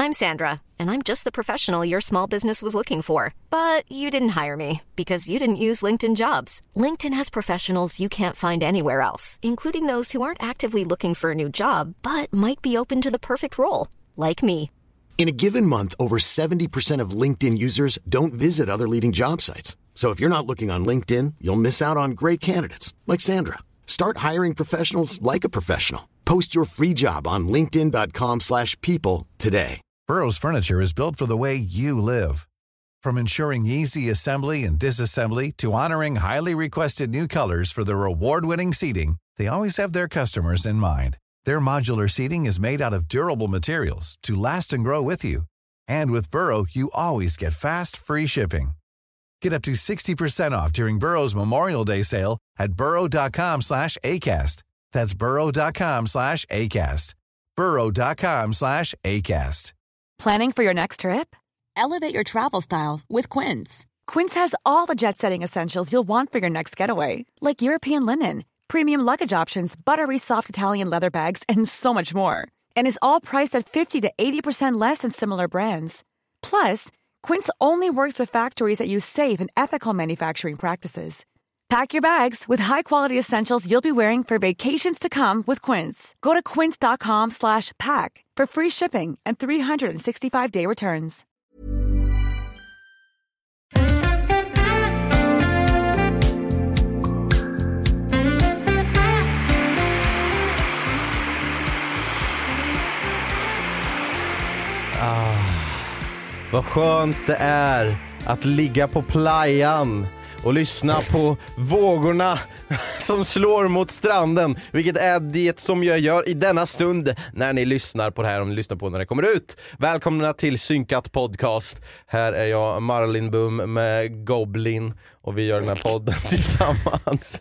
I'm Sandra, and I'm just the professional your small business was looking for. But you didn't hire me because you didn't use LinkedIn Jobs. LinkedIn has professionals you can't find anywhere else, including those who aren't actively looking for a new job, but might be open to the perfect role, like me. In a given month, over 70% of LinkedIn users don't visit other leading job sites. So if you're not looking on LinkedIn, you'll miss out on great candidates like Sandra. Start hiring professionals like a professional. Post your free job on linkedin.com/people today. Burrow's furniture is built for the way you live. From ensuring easy assembly and disassembly to honoring highly requested new colors for their award-winning seating, they always have their customers in mind. Their modular seating is made out of durable materials to last and grow with you. And with Burrow, you always get fast, free shipping. Get up to 60% off during Burrow's Memorial Day sale at burrow.com/ACAST. That's burrow.com/ACAST. burrow.com/ACAST. Planning for your next trip? Elevate your travel style with Quince. Quince has all the jet-setting essentials you'll want for your next getaway, like European linen, premium luggage options, buttery soft Italian leather bags, and so much more. And is all priced at 50 to 80% less than similar brands. Plus, Quince only works with factories that use safe and ethical manufacturing practices. Pack your bags with high-quality essentials you'll be wearing for vacations to come with Quince. Go to quince.com/pack for free shipping and 365-day returns. Vad skönt det är att ligga på playan och lyssna på vågorna som slår mot stranden, vilket är det som jag gör i denna stund när ni lyssnar på det här, om ni lyssnar på när det kommer ut. Välkomna till Synkat Podcast. Här är jag, Marlin Boom, med Goblin, och vi gör den här podden tillsammans.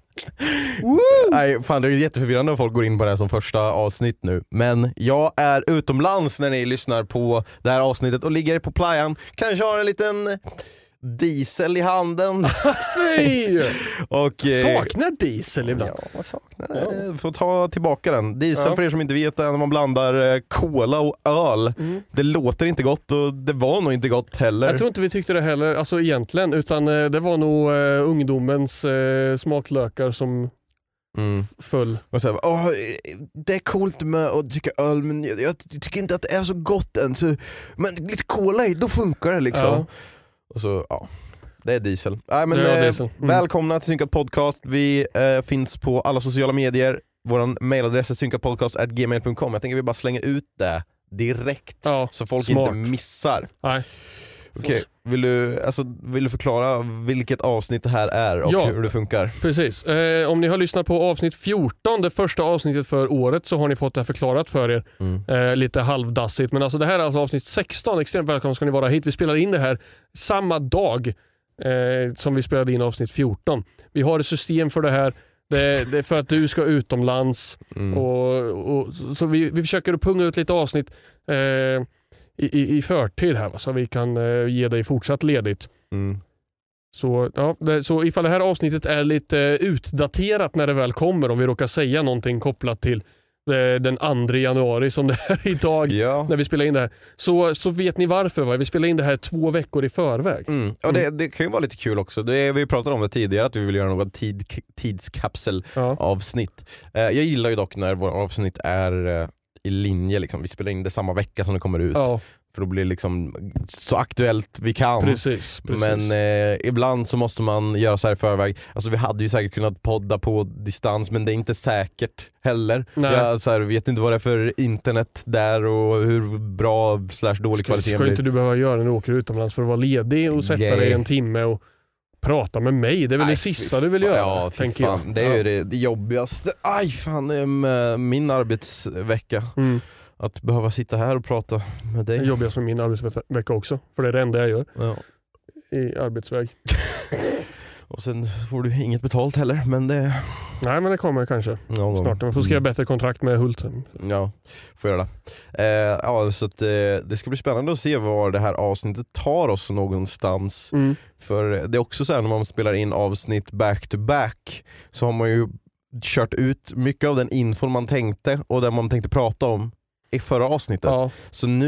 Nej, fan, det är jätteförvirrande om folk går in på det här som första avsnitt nu. Men jag är utomlands när ni lyssnar på det här avsnittet och ligger på playan. Kanske har en liten diesel i handen. Fy! Och saknar diesel ibland. Ja, man saknar det. Får ta tillbaka den. Diesel, för er som inte vet, är när man blandar cola och öl. Det låter inte gott, och det var nog inte gott heller. Jag tror inte vi tyckte det heller, alltså egentligen, utan det var nog ungdomens smaklökar som full. Och så här, det är coolt med att dricka öl, men jag tycker inte att det är så gott än. Så, men lite cola i, då funkar det liksom. Ja. Och så, det är diesel. Nej, men diesel. Välkomna till Synkat Podcast. Vi finns på alla sociala medier. Vår mailadress är synkatpodcast@gmail.com. Jag tänker vi bara slänger ut det direkt, så folk inte missar. Nej. Okej, vill du förklara vilket avsnitt det här är och hur det funkar? Precis. Om ni har lyssnat på avsnitt 14, det första avsnittet för året, så har ni fått det här förklarat för er. Lite halvdassigt. Men alltså det här är alltså avsnitt 16. Extremt välkomna ska ni vara hit. Vi spelar in det här samma dag som vi spelade in avsnitt 14. Vi har ett system för det här. Det är för att du ska utomlands. Och så vi försöker att punga ut lite avsnitt i förtid här, så vi kan ge dig fortsatt ledigt. Så ifall det här avsnittet är lite utdaterat när det väl kommer, om vi råkar säga någonting kopplat till den 2 januari som det är idag, när vi spelar in det här, så vet ni varför. Vi spelar in det här 2 veckor i förväg. Och det kan ju vara lite kul också. Vi pratade om det tidigare, att vi vill göra något tidskapselavsnitt. Jag gillar ju dock när våra avsnitt är i linje liksom. Vi spelar in det samma vecka som det kommer ut. För då blir det liksom så aktuellt vi kan. Precis. Men ibland så måste man göra så här i förväg. Alltså vi hade ju säkert kunnat podda på distans, men det är inte säkert heller. Jag vet inte vad det är för internet där och hur bra / dålig kvalitet ska inte du behöva göra när du åker utomlands för att vara ledig och sätta dig en timme och prata med mig? Det är väl det sista du vill göra? Ja, tänker jag. Det är ju det jobbigaste. Min arbetsvecka. Att behöva sitta här och prata med dig. Det jobbigaste med min arbetsvecka också. För det är det enda jag gör i arbetsväg. Och sen får du inget betalt heller, men det... Nej, men det kommer kanske snart. Man får skriva bättre kontrakt med Hulten. Ja, får göra det. Så att, det ska bli spännande att se var det här avsnittet tar oss någonstans. För det är också så här, när man spelar in avsnitt back to back, så har man ju kört ut mycket av den info man tänkte och den man tänkte prata om i förra avsnittet. Så nu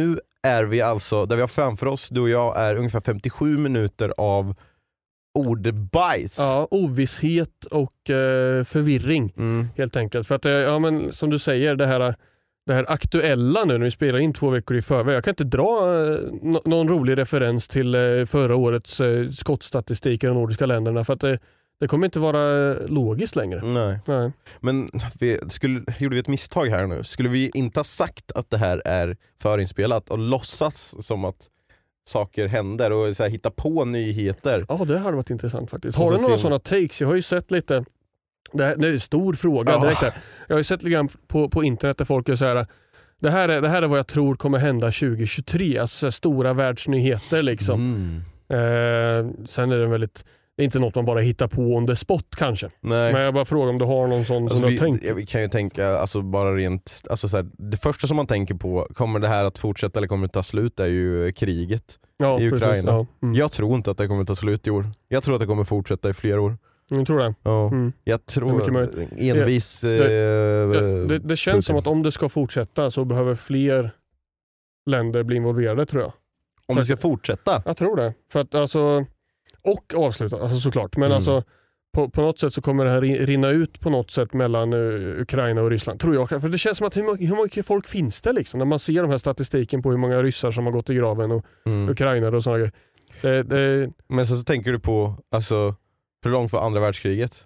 är vi alltså, där vi har framför oss, du och jag, är ungefär 57 minuter av ordbajs. Ja, ovisshet och förvirring helt enkelt. För att ja, men som du säger, det här aktuella nu när vi spelar in 2 veckor i förväg. Jag kan inte dra någon rolig referens till förra årets skottstatistik i de nordiska länderna, för att det kommer inte vara logiskt längre. Nej. Men gjorde vi ett misstag här nu? Skulle vi inte ha sagt att det här är förinspelat och låtsas som att saker händer och så här, hitta på nyheter? Ja, det hade varit intressant faktiskt. Har du några sådana takes? Jag har ju sett lite. Det är en stor fråga direkt där. Jag har ju sett lite grann på internet där folk är så här: det här är vad jag tror kommer hända 2023. Alltså stora världsnyheter liksom. Sen är det väldigt... Det är inte något man bara hittar på on the spot kanske. Nej. Men jag bara frågar om du har någon sån som du har tänkt. Vi kan ju tänka, alltså bara rent, alltså så här, det första som man tänker på, kommer det här att fortsätta eller kommer det ta slut, är ju kriget i Ukraina. Precis, ja. Jag tror inte att det kommer ta slut i år. Jag tror att det kommer fortsätta i flera år. Jag tror det. Ja. Jag tror envis... Det känns som att om det ska fortsätta så behöver fler länder bli involverade, tror jag. Om det ska fortsätta? Jag tror det. För att alltså... Och avsluta, alltså såklart. Men alltså på något sätt så kommer det här rinna ut på något sätt mellan Ukraina och Ryssland, tror jag. För det känns som att hur mycket folk finns det liksom? När man ser de här statistiken på hur många ryssar som har gått i graven och ukrainare och sådana grejer. Men så tänker du på, alltså, hur långt var andra världskriget?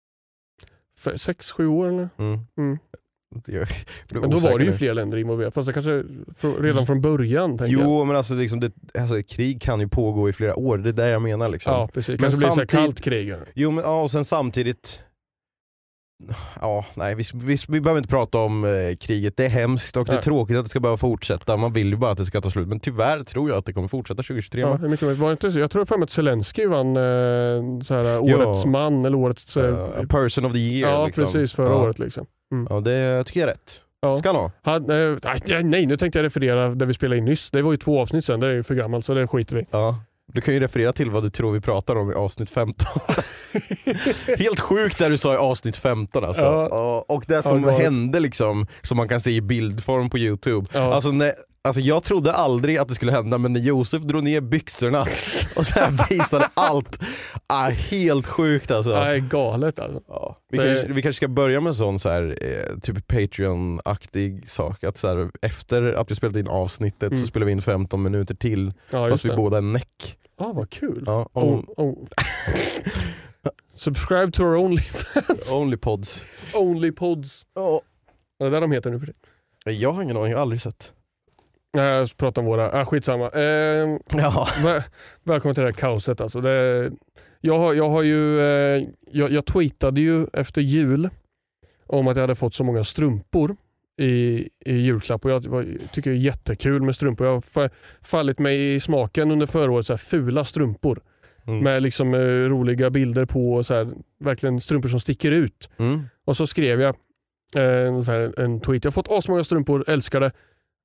6-7 år eller? Men då var det ju fler länder involverade. Fast det kanske redan från början. Men alltså, liksom krig kan ju pågå i flera år. Det är det jag menar liksom. Ja, precis. Kanske blir så här kallt krig. Jo, men och sen samtidigt... nej, vi behöver inte prata om kriget. Det är hemskt och det är tråkigt att det ska bara fortsätta. Man vill ju bara att det ska ta slut. Men tyvärr tror jag att det kommer fortsätta 2023. Ja, det är mycket, var inte, jag tror för mig att Zelensky vann årets man eller årets... person of the year. Ja, liksom. Precis, förra året liksom. Ja, det tycker jag är rätt. Ska han ha? Nej, nu tänkte jag referera där vi spelade in nyss. Det var ju 2 avsnitt sen, det är ju för gammalt så det skiter vi. Ja. Du kan ju referera till vad du tror vi pratar om i avsnitt 15. Helt sjukt där du sa i avsnitt 15 alltså. Och det som hände liksom, som man kan se i bildform på YouTube. Alltså jag trodde aldrig att det skulle hända, men när Josef drog ner byxorna och så här visade allt, helt sjukt alltså. Nej, galet alltså. Ja. Vi kanske ska börja med en sån så här, typ Patreon-aktig sak, att så här, efter att vi spelat in avsnittet så spelar vi in 15 minuter till, fast vi båda är näck. Vad kul. Subscribe to our OnlyFans. Onlypods. Är det där de heter nu för det? Jag har ingen aning, jag har aldrig sett. Jag pratar om våra, skitsamma. Välkommen till det här kaoset alltså. Jag har ju jag tweetade ju efter jul om att jag hade fått så många strumpor i julklapp, och jag tycker det är jättekul med strumpor. Jag har fallit mig i smaken under förra året, så här fula strumpor med liksom roliga bilder på och så här, verkligen strumpor som sticker ut. Och så skrev jag en tweet. Jag har fått asmånga strumpor, älskar det.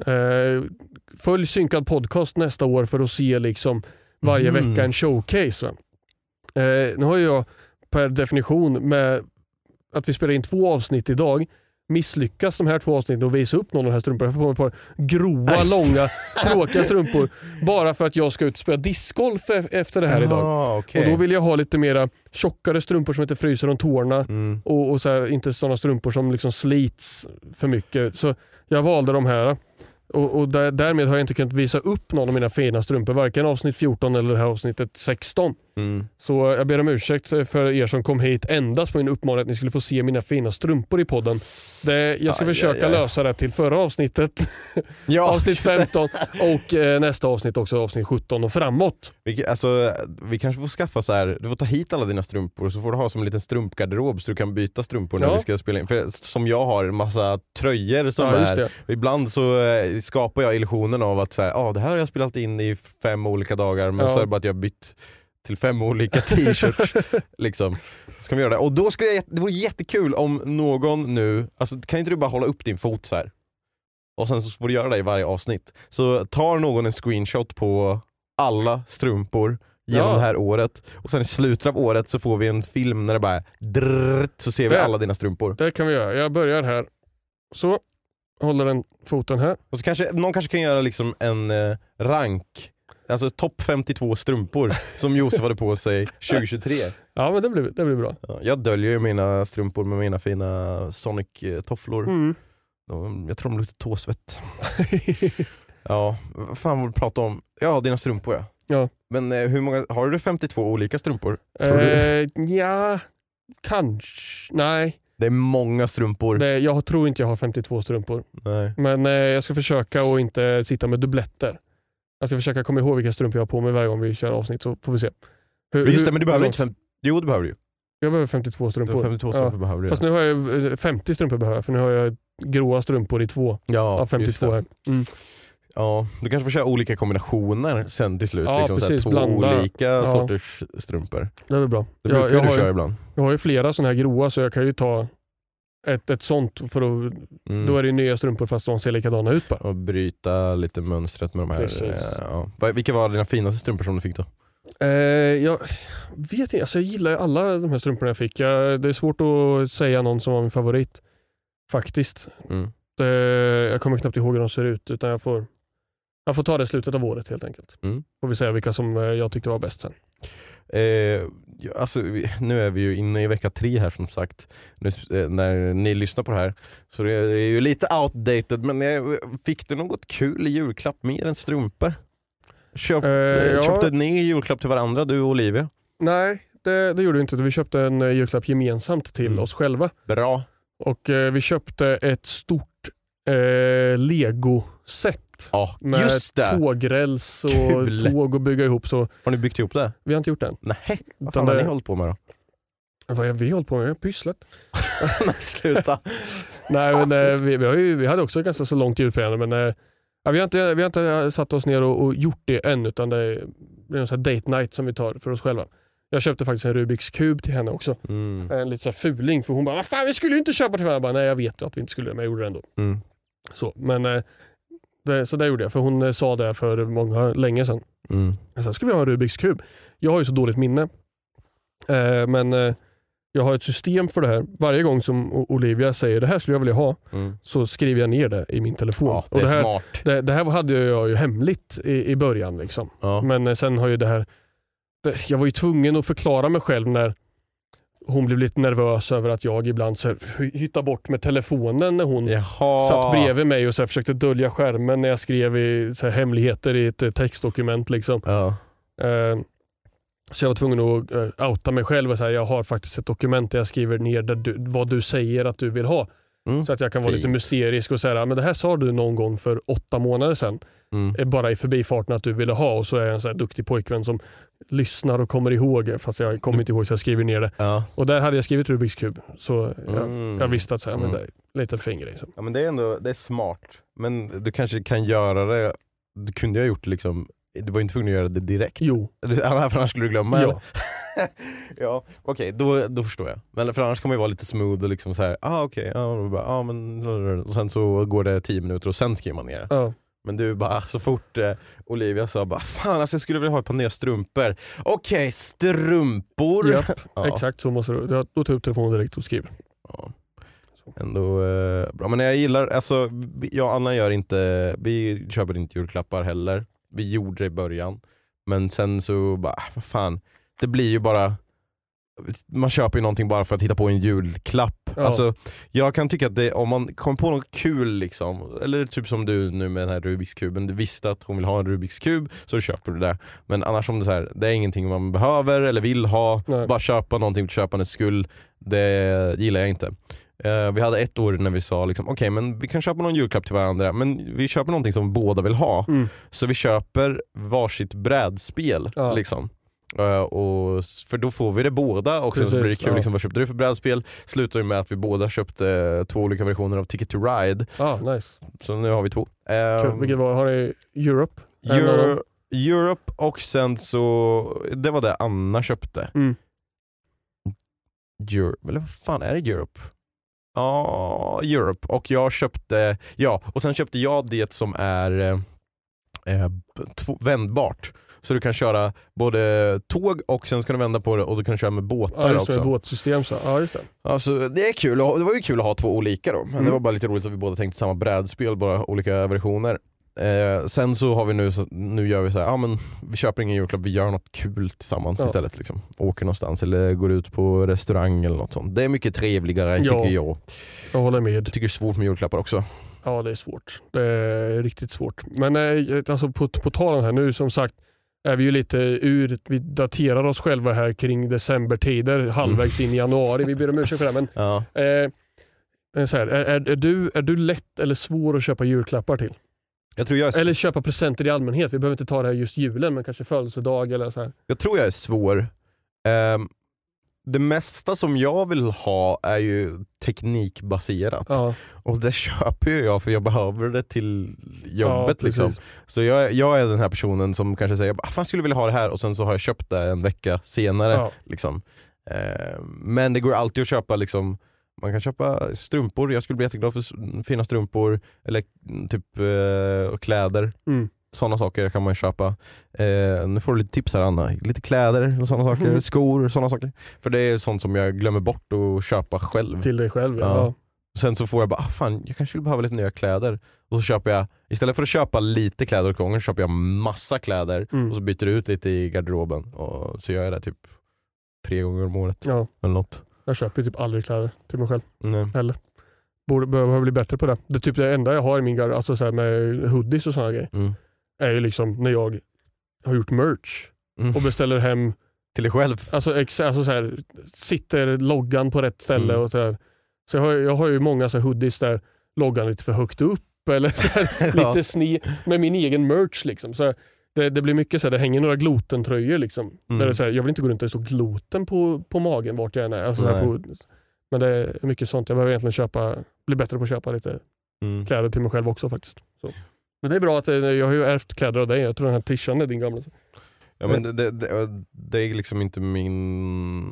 Följ Synkad podcast nästa år för att se liksom varje vecka en showcase. Nu har jag per definition med att vi spelar in 2 avsnitt idag misslyckas de här 2 avsnitten och visa upp någon av de här strumporna. Jag får på ett par grova, långa, tråkiga strumpor bara för att jag ska ut och spela discgolf efter det här idag. Okay. Och då vill jag ha lite mera tjockare strumpor som inte fryser om tårna och så här, inte sådana strumpor som liksom slits för mycket. Så jag valde de här. Och därmed har jag inte kunnat visa upp någon av mina fina strumpor, varken avsnitt 14 eller det här avsnittet 16. Så jag ber om ursäkt för er som kom hit endast på min uppmaning att ni skulle få se mina fina strumpor i podden. Jag ska försöka lösa det till förra avsnittet. Avsnitt 15 och nästa avsnitt också, avsnitt 17 och framåt. Vi kanske får skaffa så här, du får ta hit alla dina strumpor så får du ha som en liten strumpgarderob så du kan byta strumpor när vi ska spela in. För som jag har en massa tröjor som är, ibland så skapar jag illusionen av att så här, det här har jag spelat in i 5 olika dagar, men så är det bara att jag bytt till 5 olika t-shirts liksom. Så kan vi göra det. Och då det vore jättekul om någon nu, alltså kan inte du bara hålla upp din fot så här? Och sen så får du göra det i varje avsnitt. Så tar någon en screenshot på alla strumpor genom det här året, och sen i slutet av året så får vi en film när det bara så ser vi alla dina strumpor. Det kan vi göra. Jag börjar här. Så. håller den foten här. Och så någon kanske kan göra liksom en rank. Alltså topp 52 strumpor som Josef hade på sig 2023. Ja, men det blir bra. Ja, jag döljer ju mina strumpor med mina fina Sonic-tofflor. Jag tror de luktar tåsvett. Ja, vad fan var du prata om? Ja, dina strumpor ja. Men hur många, har du 52 olika strumpor? Ja, kanske. Nej. Det är många strumpor. Jag tror inte jag har 52 strumpor. Nej. Men jag ska försöka att inte sitta med dubbletter. Jag ska försöka komma ihåg vilka strumpor jag har på mig varje gång vi kör avsnitt, så får vi se. Just det, men du behöver inte Jo, det behöver du. Jag behöver 52 strumpor. 52 strumpor behöver du. Fast nu har jag 50 strumpor behöver, för nu har jag gråa strumpor i 2 av 52 här. Ja, du kanske får köra olika kombinationer sen till slut. Ja, liksom, precis, såhär, 2 olika ja. sorters strumpor. Det är väl bra. Det brukar du köra ibland. Jag har ju flera sådana här gråa, så jag kan ju ta ett sånt, för då är det nya strumpor fast de ser likadana ut bara. Och bryta lite mönstret med de här. Vilka var dina finaste strumpor som du fick då? Jag vet inte, alltså jag gillar alla de här strumporna jag fick. Det är svårt att säga någon som var min favorit faktiskt. Jag kommer knappt ihåg hur de ser ut, utan jag får ta det i slutet av året helt enkelt. Får vi säga vilka som jag tyckte var bäst sen. Alltså, nu är vi ju inne i vecka 3 här som sagt, när ni lyssnar på det här, så det är ju lite outdated, men fick du något kul i julklapp mer än strumpor? Köpte ni julklapp till varandra, du och Olivia? Nej, det gjorde vi inte. Vi köpte en julklapp gemensamt till oss själva. Bra. Och vi köpte ett stort Lego-set. Med tågräls och tåg att bygga ihop. Så har ni byggt ihop det? Vi har inte gjort det än. Nej, vad fan har ni hållit på med då? Vad har vi hållit på med? Vi har pysslat. Nej, sluta. Nej, men vi hade också ganska så långt julfirande, men vi har inte satt oss ner och gjort det än, utan det blir en sån här date night som vi tar för oss själva. Jag köpte faktiskt en Rubiks kub till henne också. En lite så här fuling, för hon bara, vad fan, vi skulle ju inte köpa till varandra. Nej, jag vet att vi inte skulle, men jag gjorde det ändå. Så, men så där gjorde jag, för hon sa det för länge sedan. Sen skulle vi ha en Rubiks kub. Jag har ju så dåligt minne. Men jag har ett system för det här. Varje gång som Olivia säger det här skulle jag vilja ha, så skriver jag ner det i min telefon. Ja, det är smart. Det här hade jag ju hemligt i början liksom. Ja. Men sen har ju det här, jag var ju tvungen att förklara mig själv när hon blev lite nervös över att jag ibland så hittade bort med telefonen när hon satt bredvid mig och så försökte dölja skärmen när jag skrev så hemligheter i ett textdokument liksom. Ja. Så jag var tvungen att outa mig själv och säga, jag har faktiskt ett dokument där jag skriver ner vad du säger att du vill ha. Så att jag kan vara lite mysterisk och säga, men det här sa du någon gång för 8 månader sedan. Bara i förbifarten att du ville ha, och så är jag en så här duktig pojkvän som lyssnar och kommer ihåg, fast jag kommer inte ihåg, så jag skriver ner det. Ja. Och där hade jag skrivit Rubiks kub, så jag visste att så här, men det är lite fin grej. Så. Ja, men det är smart. Men du kanske kan göra det, du kunde ha gjort det liksom. Du var inte tvungen att göra det direkt. Jo. För annars skulle du glömma. Ja. Ja, okej, då förstår jag. Men för annars kan man ju vara lite smooth och liksom så här, men och sen så går det 10 minuter och sen skriver man ner. Ja. Men du bara, så fort Olivia sa bara, fan alltså jag skulle vilja ha ett par nya strumpor. Okej, strumpor. Japp, exakt så måste du. Då tar jag upp telefonen direkt och skriver. Ja. Ändå bra, men jag gillar, alltså jag och Anna vi köper inte julklappar heller. Vi gjorde det i början, men sen så bara, vad fan, det blir ju bara, man köper ju någonting bara för att hitta på en julklapp. Ja. Alltså, jag kan tycka att om man kommer på något kul liksom, eller typ som du nu med den här Rubiks kuben, du visste att hon vill ha en Rubiks kub, så köper du det. Men annars om det är ingenting man behöver eller vill ha, bara köpa någonting för köpandets skull, det gillar jag inte. Vi hade ett år när vi sa liksom, okej, men vi kan köpa någon julklapp till varandra, men vi köper någonting som båda vill ha. Så vi köper varsitt brädspel liksom. Och för då får vi det båda och så blir det kul liksom, vad köpte du för brädspel? Slutar ju med att vi båda köpte 2 olika versioner av Ticket to Ride. Nice. Så nu har vi 2. Vilket har ni? Europe? Europe, och sen så det var det Anna köpte. Eller vad fan är det, Europe? Ja, Europe. Och jag köpte, och sen köpte jag det som är vändbart. Så du kan köra både tåg och sen ska du vända på det och du kan köra med båtar också. Med båtsystem så. Ja, just det. Alltså det är kul, det var ju kul att ha 2 olika då. Men det var bara lite roligt att vi båda tänkte samma brädspel, bara olika versioner. Sen så har vi nu gör vi så här, men vi köper ingen julklapp, vi gör något kul tillsammans istället liksom. Åker någonstans eller går ut på restaurang eller något sånt. Det är mycket trevligare tycker jag. Jag håller med. Jag tycker det är svårt med julklappar också. Ja, det är svårt. Det är riktigt svårt. Men alltså på talen här nu, som sagt, är vi ju lite vi daterar oss själva här kring decembertider, halvvägs in i januari. Vi ber om ursäkt för det, men så här, är du lätt eller svår att köpa julklappar till? Jag tror eller köpa presenter i allmänhet. Vi behöver inte ta det här just julen, men kanske födelsedag eller så här. Jag tror jag är svår. Det mesta som jag vill ha är ju teknikbaserat. Ja. Och det köper jag för jag behöver det till jobbet liksom. Så jag är den här personen som kanske säger fan skulle vilja ha det här, och sen så har jag köpt det en vecka senare liksom. Men det går alltid att köpa liksom. Man kan köpa strumpor. Jag skulle bli jätteglad för fina strumpor eller typ kläder. Sådana saker kan man köpa. Nu får du lite tips här, Anna. Lite kläder och sådana saker. Skor och sådana saker. För det är sånt som jag glömmer bort att köpa själv. Till dig själv, ja. Sen så får jag bara, fan, jag kanske skulle behöva lite nya kläder. Och så köper jag, istället för att köpa lite kläder åt gången, köper jag massa kläder. Och så byter ut lite i garderoben. Och så gör jag det typ 3 gånger om året. Ja. Eller något. Jag köper typ aldrig kläder till mig själv. Eller behöver bli bättre på det. Det är typ det enda jag har i min garderob, alltså så här med hoodies och såna grejer. Är ju liksom när jag har gjort merch och beställer hem till dig själv. Alltså så här, sitter loggan på rätt ställe och så här. Så jag har ju många så här hoodies där loggan lite för högt upp eller så här, lite sni med min egen merch liksom. Så det blir mycket så här, det hänger några glotentröjor liksom. Där det så här, jag vill inte gå runt och så gloten på magen vart jag än är. Alltså, så här, men det är mycket sånt. Jag behöver egentligen bli bättre på att köpa lite kläder till mig själv också faktiskt. Så. Men det är bra att jag har ju ärvt kläder av dig. Jag tror den här t-shirten är din gamla. Ja, men det är liksom inte min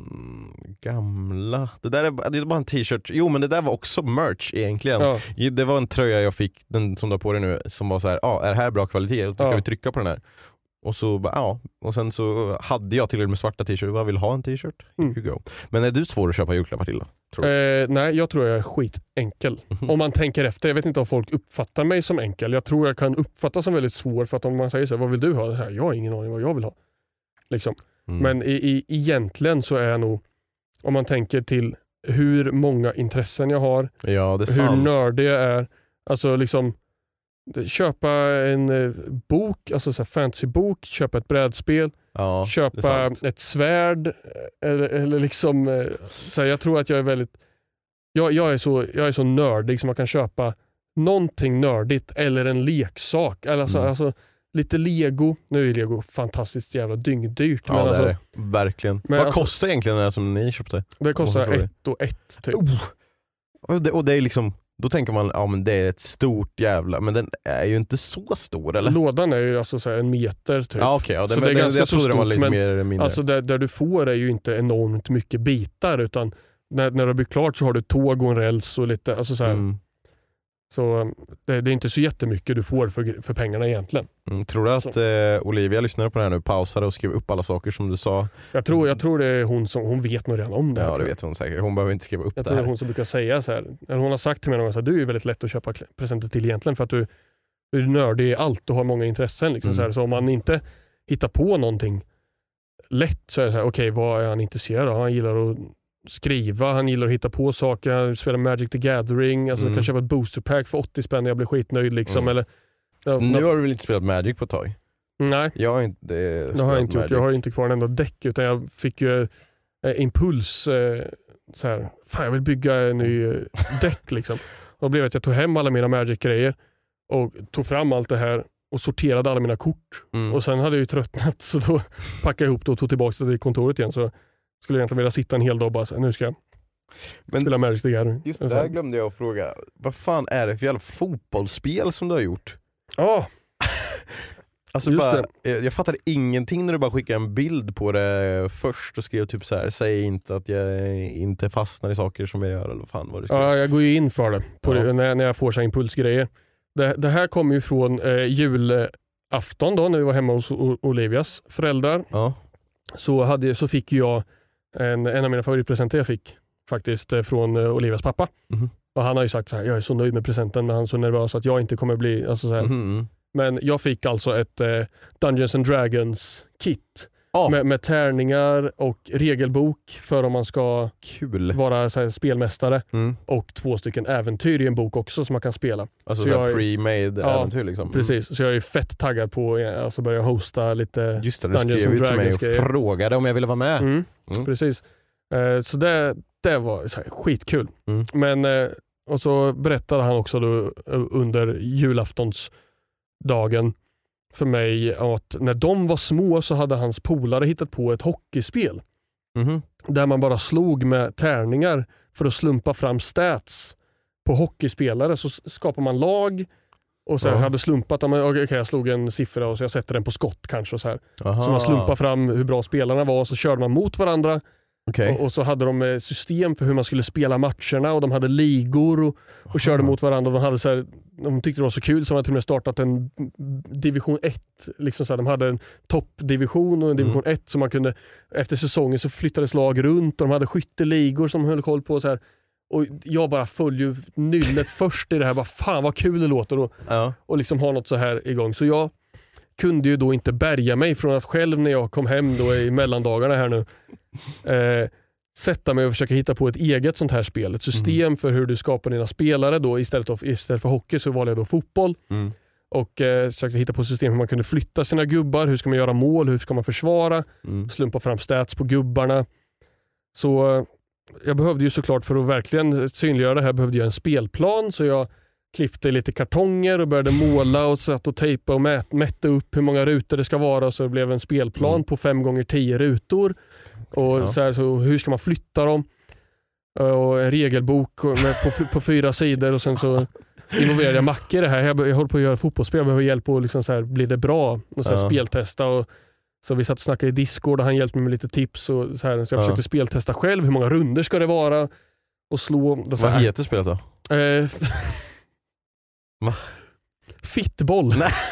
gamla. Det är bara en t-shirt. Jo, men det där var också merch egentligen. Ja. Det var en tröja jag fick, den som du har på dig nu, som var så här, är det här bra kvalitet? Då ska vi trycka på den här. Och så och sen så hade jag till och med svarta t-shirt. Jag vill ha en t-shirt. Men är du svår att köpa julklappar till då? Nej, jag tror jag är skitenkel. Om man tänker efter, jag vet inte om folk uppfattar mig som enkel. Jag tror jag kan uppfattas som väldigt svår, för att om man säger så här, vad vill du ha? Så här, jag har ingen aning vad jag vill ha. Liksom. Men egentligen så är jag nog, om man tänker till hur många intressen jag har, hur nördig jag är, alltså liksom köpa en bok, alltså så här fantasy-bok, köpa ett brädspel, köpa ett svärd eller liksom så här, jag tror att jag är väldigt jag är så nördig som man kan köpa någonting nördigt eller en leksak eller alltså lite Lego. Nu är Lego fantastiskt jävla dyngdyrt. Ja, men det är det. Verkligen. Men vad kostar egentligen det som ni köpte? Det kostar 1 och 1 typ. Och det är liksom, då tänker man, men det är ett stort jävla, men den är ju inte så stor, eller? Lådan är ju alltså så här 1 meter typ. Ja, okej. Så det är ganska så stort, var lite men mer eller mindre. Alltså där du får är ju inte enormt mycket bitar, utan när det blir klart så har du tåg och en räls och lite, alltså så här. Så det är inte så jättemycket du får för pengarna egentligen. Tror du att Olivia lyssnade på det här nu, pausade och skrev upp alla saker som du sa? Jag tror det är hon vet nog redan om det här. Ja, det vet hon säkert. Hon behöver inte skriva upp det här. Jag tror det är hon som brukar säga så här. Hon har sagt till mig någon gång, du är väldigt lätt att köpa presenter till egentligen, för att du är nördig i allt och har många intressen. Liksom, så här. Så om man inte hittar på någonting lätt så är det så här, okej, vad är han intresserad av? Han gillar att skriva, han gillar att hitta på saker, han spelar Magic the Gathering, alltså kan köpa ett booster pack för 80 spänn och jag blir skitnöjd liksom. Eller, nu har du väl inte spelat Magic på ett tag? Nej, jag har inte gjort. Jag har inte kvar en enda däck, utan jag fick ju impuls så här, fan jag vill bygga en ny däck liksom. Och då blev det att jag tog hem alla mina Magic-grejer och tog fram allt det här och sorterade alla mina kort. Och sen hade jag ju tröttnat, så då packade jag ihop det och tog tillbaka det till kontoret igen. Så skulle jag egentligen vilja sitta en hel dag och bara säga, nu ska jag spela Magic the Gathering. Just det här glömde jag att fråga. Vad fan är det för jävla fotbollsspel som du har gjort? Ja. Alltså bara, jag fattade ingenting när du bara skickade en bild på det först och skrev typ så här: säg inte att jag inte fastnar i saker som jag gör, eller vad fan var det skrev. Ja, jag går ju in för det, på det när jag får så här impulsgrejer. Det här kommer ju från julafton då när vi var hemma hos Olivias föräldrar. Ja. Så fick jag en av mina favoritpresenter jag fick faktiskt från Olivias pappa. Och han har ju sagt så här, jag är så nöjd med presenten, men han är så nervös att jag inte kommer bli alltså så här. Men jag fick alltså ett Dungeons and Dragons kit med tärningar och regelbok för om man ska vara så här, spelmästare och 2 stycken äventyr i en bok också som man kan spela. Alltså så pre-made äventyr liksom. Precis, så jag är fett taggad på att alltså börja hosta lite. Just det, du skrev ut till mig och frågade om jag ville vara med. Precis. Så det var så här, skitkul. Men och så berättade han också då, under julaftonsdagen för mig att när de var små så hade hans polare hittat på ett hockeyspel. Där man bara slog med tärningar för att slumpa fram stats på hockeyspelare. Så skapar man lag och så hade slumpat, jag slog en siffra och så jag sätter den på skott kanske och så här. Så man slumpar fram hur bra spelarna var och så körde man mot varandra. Och så hade de system för hur man skulle spela matcherna och de hade ligor och körde mot varandra. De hade så här, de tyckte det var så kul så de hade till och med startat en division 1 liksom så här, de hade en toppdivision och en division 1 så man kunde, efter säsongen så flyttades lag runt och de hade skytteligor som höll koll på så här. Och jag bara följde ju nyllet först i det här, bara fan vad kul det låter och liksom ha något så här igång. Så jag kunde ju då inte bärga mig från att själv när jag kom hem då i mellandagarna här nu sätta mig och försöka hitta på ett eget sånt här spel. Ett system för hur du skapar dina spelare då. Istället för hockey så valde jag då fotboll. Och försökte hitta på system hur man kunde flytta sina gubbar. Hur ska man göra mål? Hur ska man försvara? Slumpa fram stats på gubbarna. Så jag behövde ju såklart för att verkligen synliggöra det här behövde jag en spelplan. Så jag klippte lite kartonger och började måla och satt och tejpa och mätte upp hur många rutor det ska vara. Så det blev en spelplan på 5x10 rutor. Och så här, så hur ska man flytta dem? Och en regelbok på 4 sidor och sen så involverade jag Macke i det här. Jag håller på att göra fotbollsspel, jag behöver hjälp att liksom så här, blir det bra? Och så här, speltesta och så vi satt och snackade i Discord och han hjälpte mig med lite tips och så här, så jag försökte speltesta själv. Hur många runder ska det vara? Och slå. Vad heter spelet då? Fittboll. Nej.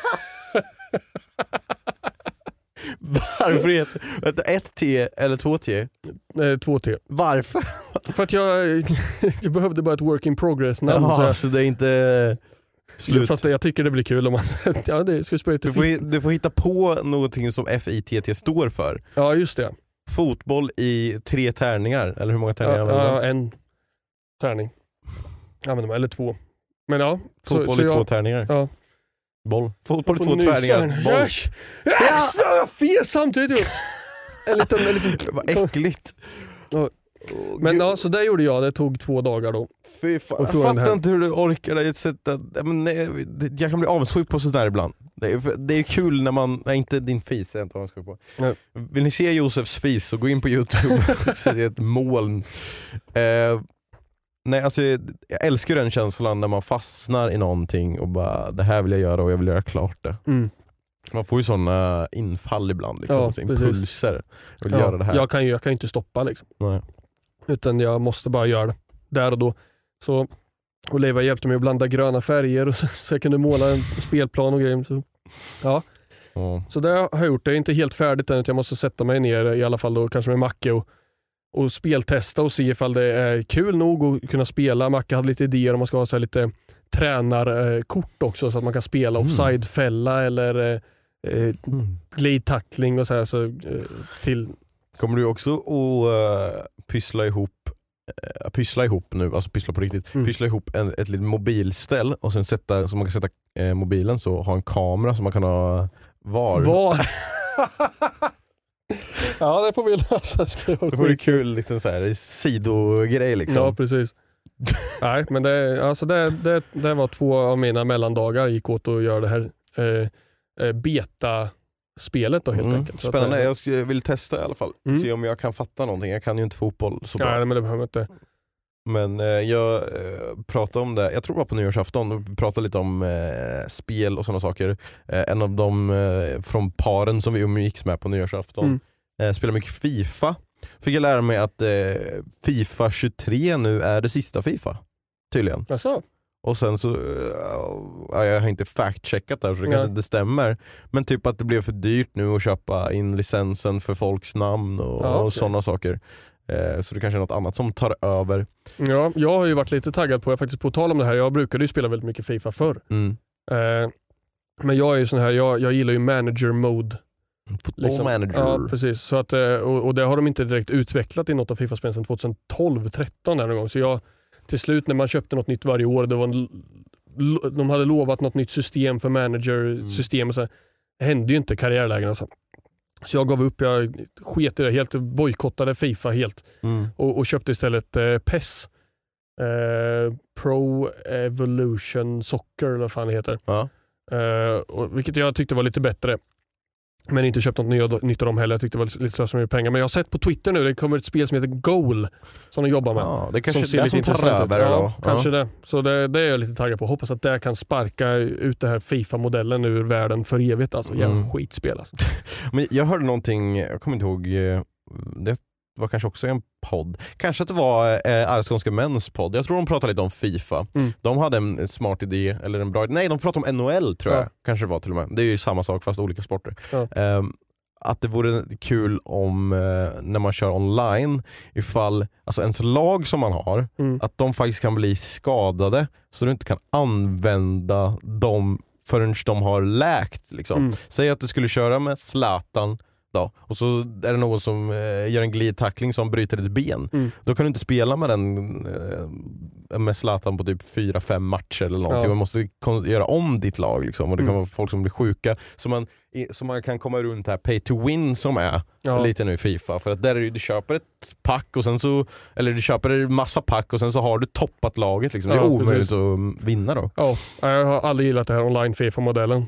Varför heter det 1T eller 2T? 2T. Varför? För att jag behövde bara ett work in progress namn. Så det är inte slut. Fast jag tycker det blir kul om man det ska spela du får hitta på någonting som FITT står för. Ja, just det. Fotboll i 3 tärningar. Eller hur många tärningar använder du? En tärning. Använder man, eller 2. Men ja. Fotboll i 2 tärningar. Ja. Boll. Fotboll i 2 tärningar. Boll. Jag fel samtidigt. En liten vad äckligt. Men ja, så det gjorde jag. Det tog 2 dagar då. Fy fan. Jag fattar inte hur du orkar det. Jag kan bli avundsjuk på sådär ibland. Det är kul när man... Nej, inte din fis. Jag inte avundsjuk på. Nej. Vill ni se Josefs fis så gå in på YouTube. Så det är ett moln. Nej, alltså jag älskar den känslan när man fastnar i någonting och bara, det här vill jag göra och jag vill göra klart det. Man får ju sådana infall ibland liksom, impulser. Jag vill göra det här. Jag kan inte stoppa liksom. Nej. Utan jag måste bara göra det där och då. Så Olivia hjälpte mig att blanda gröna färger och så jag kunde måla en spelplan och grejer. Så ja. Så det har jag gjort. Det är inte helt färdigt än, jag måste sätta mig ner i alla fall då, kanske med Macke och speltesta och se ifall det är kul nog att kunna spela. Macke hade lite idéer om man ska ha så här lite tränarkort också så att man kan spela offside-fälla eller glidtackling och så här, så till. Kommer du också att pyssla ihop nu, alltså pyssla på riktigt, pyssla ihop ett litet mobilställ och sen sätta, så man kan sätta mobilen så ha en kamera så man kan ha var. Ja, det får vi lösa. Det vore kul, liten så här sidogrej liksom. Ja, precis. Nej, men det var 2 av mina mellandagar gick åt att göra det här beta-spelet då helt enkelt. Spännande, jag vill testa i alla fall. Se om jag kan fatta någonting. Jag kan ju inte fotboll så bra. Nej, men det behöver inte. Men jag pratade om det, jag tror det var på nyårsafton, och pratade lite om spel och sådana saker. En av dem från paren som vi umgicks med på nyårsafton spelar mycket FIFA. Fick jag lära mig att FIFA 23 nu är det sista FIFA, tydligen. Jaså? Och sen så, jag har inte fact-checkat där så det kanske inte stämmer. Men typ att det blev för dyrt nu att köpa in licensen för folks namn och sådana saker. Så det kanske är något annat som tar över. Ja, jag har ju varit lite taggad på tal om det här. Jag brukade ju spela väldigt mycket FIFA förr. Men jag är ju sån här, jag gillar ju manager mode. Football manager. Ja, precis. Så att, och det har de inte direkt utvecklat i något av FIFA-spelen sedan 2012-13 där någon gång. Så jag, till slut när man köpte något nytt varje år, det var de hade lovat något nytt system för manager-system och så det hände ju inte karriärlägen och så. Så jag gav upp, jag sket i det helt, bojkottade FIFA helt och köpte istället PES. Pro Evolution Soccer eller vad fan det heter. Ja. Vilket jag tyckte var lite bättre. Men inte köpt något nytt av dem heller. Jag tyckte det var lite slöseri med pengar. Men jag har sett på Twitter nu, det kommer ett spel som heter Goal som de jobbar med. Ja, det kanske som ser det lite som tar över då. Ja, kanske det. Så det är jag lite taggad på. Hoppas att det kan sparka ut det här FIFA-modellen ur världen för evigt. Alltså, skitspel alltså. Men jag hörde någonting, jag kommer inte ihåg, det var kanske också en podd. Kanske att det var Arvskånska mäns podd. Jag tror de pratade lite om FIFA. De hade en smart idé, eller en bra idé. Nej, de pratade om NHL tror jag. Kanske det var till och med. Det är ju samma sak fast olika sporter. Att det vore kul om när man kör online, ifall alltså ens lag som man har, att de faktiskt kan bli skadade så du inte kan använda dem förrän de har läkt liksom. Säg att du skulle köra med Zlatan då, och så är det någon som gör en glidtackling som bryter ett ben. Då kan du inte spela med den med Zlatan på typ 4-5 matcher eller någonting. Man måste göra om ditt lag liksom. Och det kan vara folk som blir sjuka så man kan komma runt här pay to win som är lite nu i FIFA. För att där är du köper ett pack och sen så, eller du köper en massa pack och sen så har du toppat laget liksom. Det är omöjligt att vinna då. Ja, jag har aldrig gillat det här online FIFA-modellen.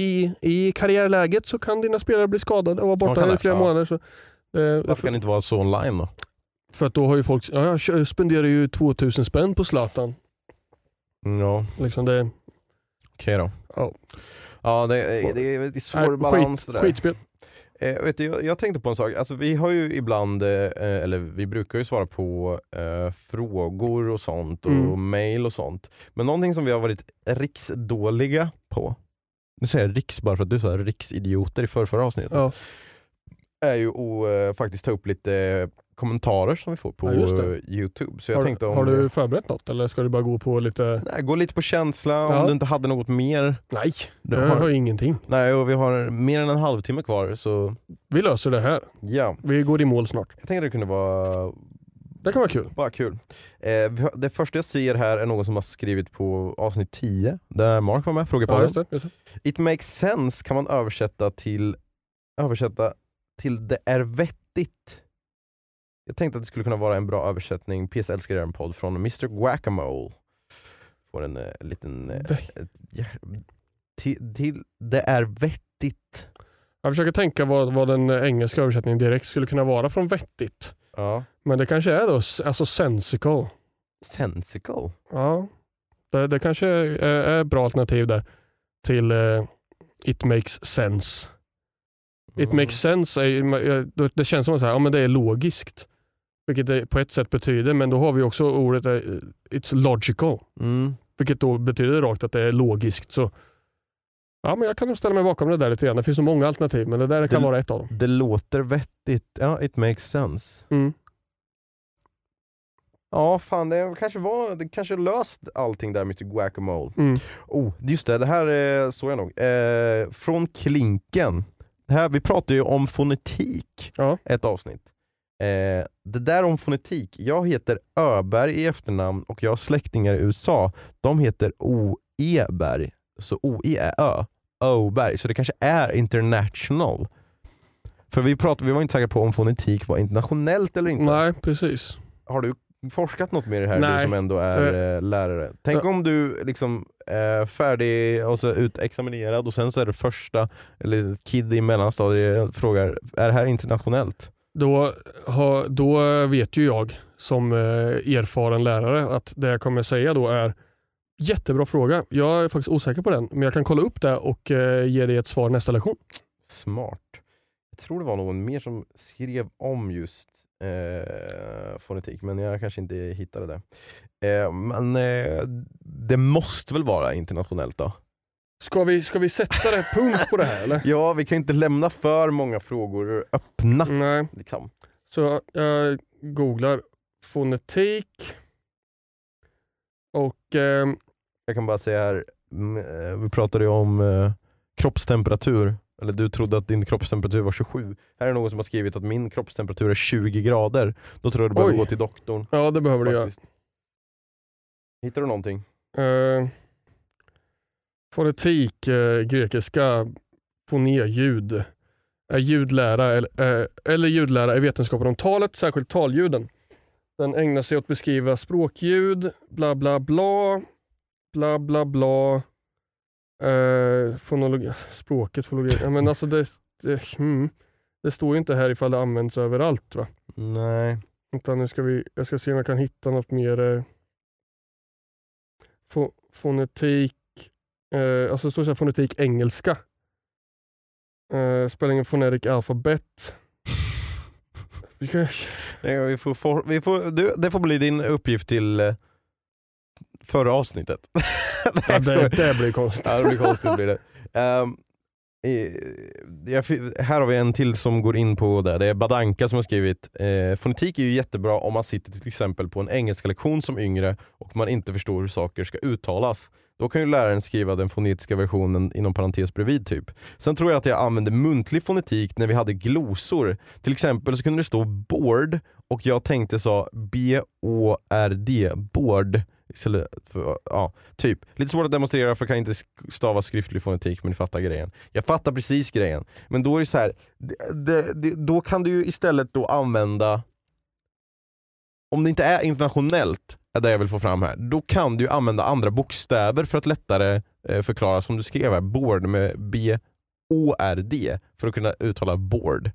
I karriärläget så kan dina spelare bli skadade och vara borta i flera månader. Så, varför kan det inte vara så online då? För att då har ju folk, jag spenderar ju 2000 spänn på Zlatan. Ja. Liksom det. Okej då. Ja. Ja, det är svår balans det där. Skitspel. Vet du, jag tänkte på en sak. Alltså, vi har ju ibland, eller vi brukar ju svara på frågor och sånt och mail och sånt. Men någonting som vi har varit riksdåliga på, nu säger jag riks bara för att du sa riksidioter i förra avsnittet, är ju att faktiskt ta upp lite kommentarer som vi får på YouTube. Så jag tänkte har du förberett något eller ska du bara gå på lite... Nej, gå lite på känsla om du inte hade något mer. Nej, jag har ingenting. Nej, och vi har mer än en halvtimme kvar så... Vi löser det här. Ja. Vi går i mål snart. Jag tänkte det kunde vara... Det kan vara kul. Bara kul. Det första jag ser här är någon som har skrivit på avsnitt 10 där Mark var med, frågar på just det. It makes sense kan man översätta till det är vettigt. Jag tänkte att det skulle kunna vara en bra översättning. PS älskar en podd från Mr. Guacamole. Får en liten... till det är vettigt. Jag försöker tänka vad den engelska översättningen direkt skulle kunna vara från vettigt. Ja. Men det kanske är då alltså sensical. Sensical? Ja. Det kanske är ett bra alternativ där till it makes sense. It makes sense det känns som att säga, men det är logiskt. Vilket det på ett sätt betyder, men då har vi också ordet it's logical. Vilket då betyder rakt att det är logiskt. Så ja, men jag kan nog ställa mig bakom det där lite grann. Det finns så många alternativ, men det där kan vara ett av dem. Det låter vettigt. Ja, it makes sense. Ja, fan, det kanske löst allting där, Mr. Guacamole. Just det här såg jag nog. Från Klinken. Vi pratar ju om fonetik. Ett avsnitt. Det där om fonetik. Jag heter Öberg i efternamn och jag har släktingar i USA. De heter O-E-berg. Så O-E är Ö. Öberg. Så det kanske är international. För vi var inte säkra på om fonetik var internationellt eller inte. Nej, precis. Har du forskat något mer i det här? Du som ändå är lärare. Tänk om du liksom är färdig och så utexaminerad och sen så är det första eller kid i mellanstadiet frågar, är det här internationellt? Då vet ju jag som erfaren lärare att det jag kommer säga då är jättebra fråga. Jag är faktiskt osäker på den, men jag kan kolla upp det och ge dig ett svar nästa lektion. Smart. Jag tror det var någon mer som skrev om just fonetik, men jag kanske inte hittade det. Men det måste väl vara internationellt då? Ska vi sätta det punkt på det här eller? Ja, vi kan inte lämna för många frågor öppna. Nej. Liksom. Så jag googlar fonetik och jag kan bara säga här, vi pratade ju om kroppstemperatur. Eller du trodde att din kroppstemperatur var 27. Här är någon som har skrivit att min kroppstemperatur är 20 grader. Då tror jag du behöver gå till doktorn. Ja, det behöver du göra. Hittar du någonting? Fonetik, grekiska, fonéljud. Är ljudlära eller ljudlära är vetenskapen om talet, särskilt talljuden. Den ägnar sig åt att beskriva språkljud, bla bla bla, bla bla bla. Fonologi, språket, fonologi. Ja, men alltså det står ju inte här ifall det används överallt, va? Nej. Utan jag ska se om jag kan hitta något mer fonetik. Alltså det står så här, fonetik engelska. Spelar ingen phonetic alphabet. Nej, det får bli din uppgift till förra avsnittet. Det blir konstigt. Ja, det blir konstigt blir det. Här har vi en till som går in på det. Det är Badanka som har skrivit fonetik är ju jättebra om man sitter till exempel på en engelska lektion som yngre och man inte förstår hur saker ska uttalas. Då kan ju läraren skriva den fonetiska versionen inom parentes bredvid typ. Sen tror jag att jag använde muntlig fonetik när vi hade glosor. Till exempel så kunde det stå board och jag tänkte så B-O-R-D, board. Ja, typ. Lite svårt att demonstrera för jag kan inte stava skriftlig fonetik, men ni fattar grejen. Jag fattar precis grejen. Men då är det så här, då kan du ju istället då använda, om det inte är internationellt, är det jag vill få fram här, då kan du ju använda andra bokstäver för att lättare förklara, som du skrev här, board med B-O-R-D för att kunna uttala board.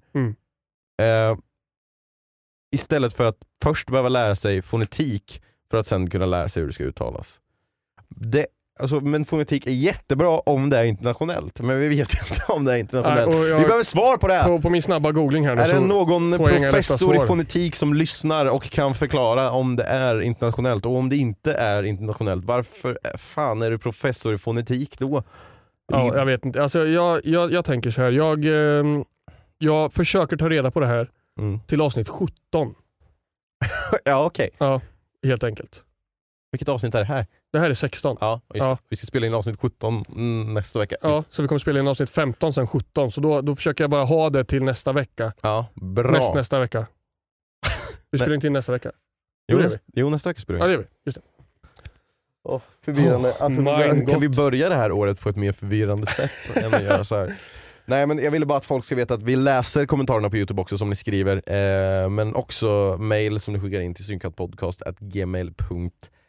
Istället för att först behöva lära sig fonetik för att sen kunna lära sig hur det ska uttalas. Men fonetik är jättebra om det är internationellt. Men vi vet inte om det är internationellt. Vi behöver svar på det här. På min snabba googling här. Är det någon professor i fonetik som lyssnar och kan förklara om det är internationellt? Och om det inte är internationellt, varför fan är du professor i fonetik då? Ja, jag vet inte. Alltså, jag tänker så här. Jag försöker ta reda på det här till avsnitt 17. Ja, okej. Ja, helt enkelt. Vilket avsnitt är det här? Det här är 16. Ja. Vi ska spela in avsnitt 17 nästa vecka. Ja, så vi kommer spela in avsnitt 15 sen 17. Så då försöker jag bara ha det till nästa vecka. Ja, bra. Nästa vecka. Vi spelar inte in nästa vecka. Jo, nästa vecka spelar vi. Ja, det gör vi. Just det. Förvirrande. Kan vi börja det här året på ett mer förvirrande sätt än att göra så här? Nej, men jag ville bara att folk ska veta att vi läser kommentarerna på YouTube också som ni skriver, men också mail som ni skickar in till synkatpodcast@gmail.com.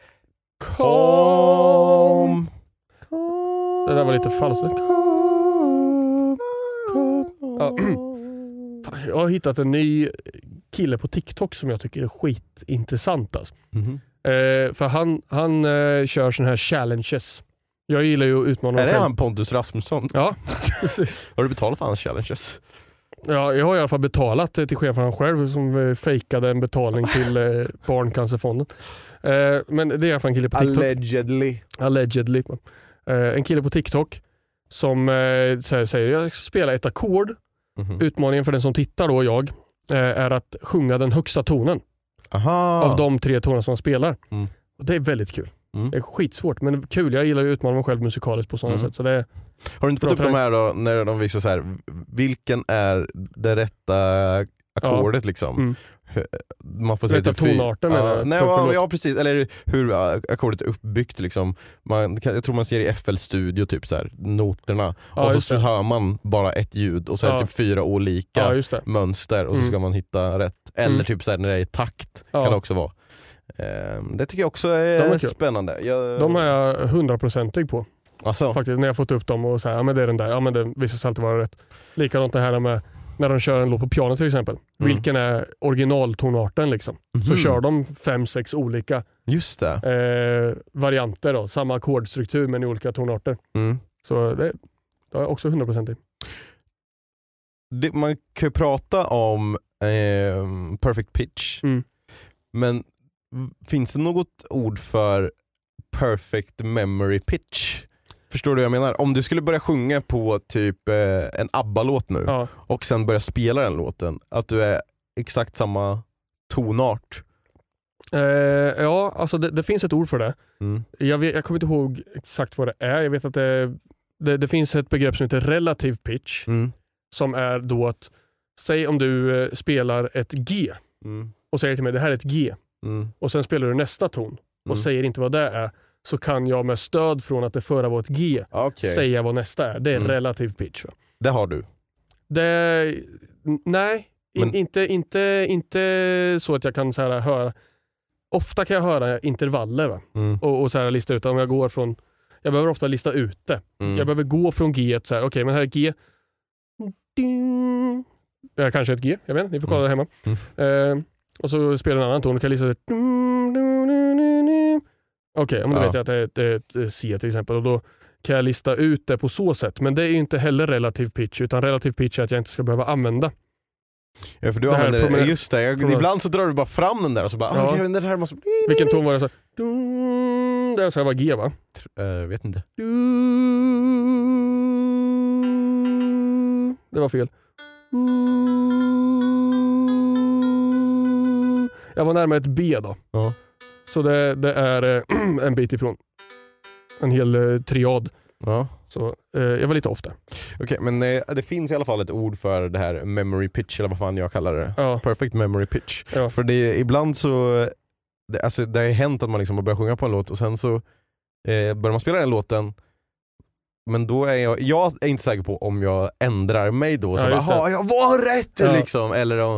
Det där var lite falskt. Ja. Jag har hittat en ny kille på TikTok som jag tycker är skitintressant alltså. För han kör sån här challenges. Jag gillar ju att utmana. Är det han Pontus Rasmusson? Ja, precis. Har du betalat för hans challenges? Ja, jag har i alla fall betalat till chef för han själv som fejkade en betalning till Barncancerfonden. Men det är i alla fall en kille på TikTok. Allegedly. En kille på TikTok som säger jag ska spela ett ackord. Utmaningen för den som tittar då, jag, är att sjunga den högsta tonen. Av de 3 toner som man spelar. Och det är väldigt kul. Det är skitsvårt, men kul. Jag gillar att utmana mig själv musikaliskt på sådana sätt. Så det har du inte fått upp de här då, när de visar så här, vilken är det rätta ackordet liksom? Man får rätta tonarten ja, precis. Eller hur ackordet är uppbyggt liksom. Jag tror man ser i FL Studio typ så här, noterna. Och så hör man bara ett ljud och så är det typ 4 olika mönster och så ska man hitta rätt. Eller typ så här, när det är i takt kan det också vara. Det tycker jag också är spännande. De är jag 100% på. Alltså. Faktiskt, när jag fått upp dem och säger, ja men det är den där, ja men det visar sig alltid vara rätt. Likadant det här med när de kör en låt på piano till exempel. Vilken är originaltonarten liksom. Så kör de 5-6 olika varianter då. Samma ackordstruktur men i olika tonarter. Så det är jag också 100% i. man kan ju prata om perfect pitch. Men finns det något ord för perfect memory pitch? Förstår du vad jag menar? Om du skulle börja sjunga på typ en ABBA-låt nu och sen börja spela den låten, att du är exakt samma tonart. Ja, alltså det finns ett ord för det. Jag kommer inte ihåg exakt vad det är. Jag vet att det finns ett begrepp som heter relativ pitch, som är då att, säg om du spelar ett G och säger till mig, det här är ett G, och sen spelar du nästa ton och säger inte vad det är, så kan jag med stöd från att det förra var ett G säga vad nästa är. Det är relativ pitch. Va? Det har du? Nej, inte så att jag kan så här höra. Ofta kan jag höra intervaller, va? Och så här lista ut. Om jag går från, jag behöver ofta lista ut det. Jag behöver gå från G så här, okej, men här är G. Kanske ett G, jag vet, ni får kolla det hemma. Och så spelar en annan ton och kan lista ut. Okej, men då vet jag att det är ett C till exempel, och då kan jag lista ut det på så sätt. Men det är inte heller relativ pitch, utan relativ pitch är att jag inte ska behöva använda. Ja, för du använder det, just det. Ibland så drar du bara fram den där och så bara, det här måste... Vilken ton var det? Så det så här var G, va? Vet inte. Det var fel. Jag var närmare ett B då. Ja. Så det är en bit ifrån. En hel triad. Ja. Så jag var lite ofta. Okej, men det finns i alla fall ett ord för det här memory pitch, eller vad fan jag kallar det. Ja. Perfect memory pitch. Ja. För ibland så... Det har hänt att man liksom börjar sjunga på en låt och sen så börjar man spela den låten, men då är jag är inte säker på om jag ändrar mig då. Så bara, jag var rätt liksom. Eller om...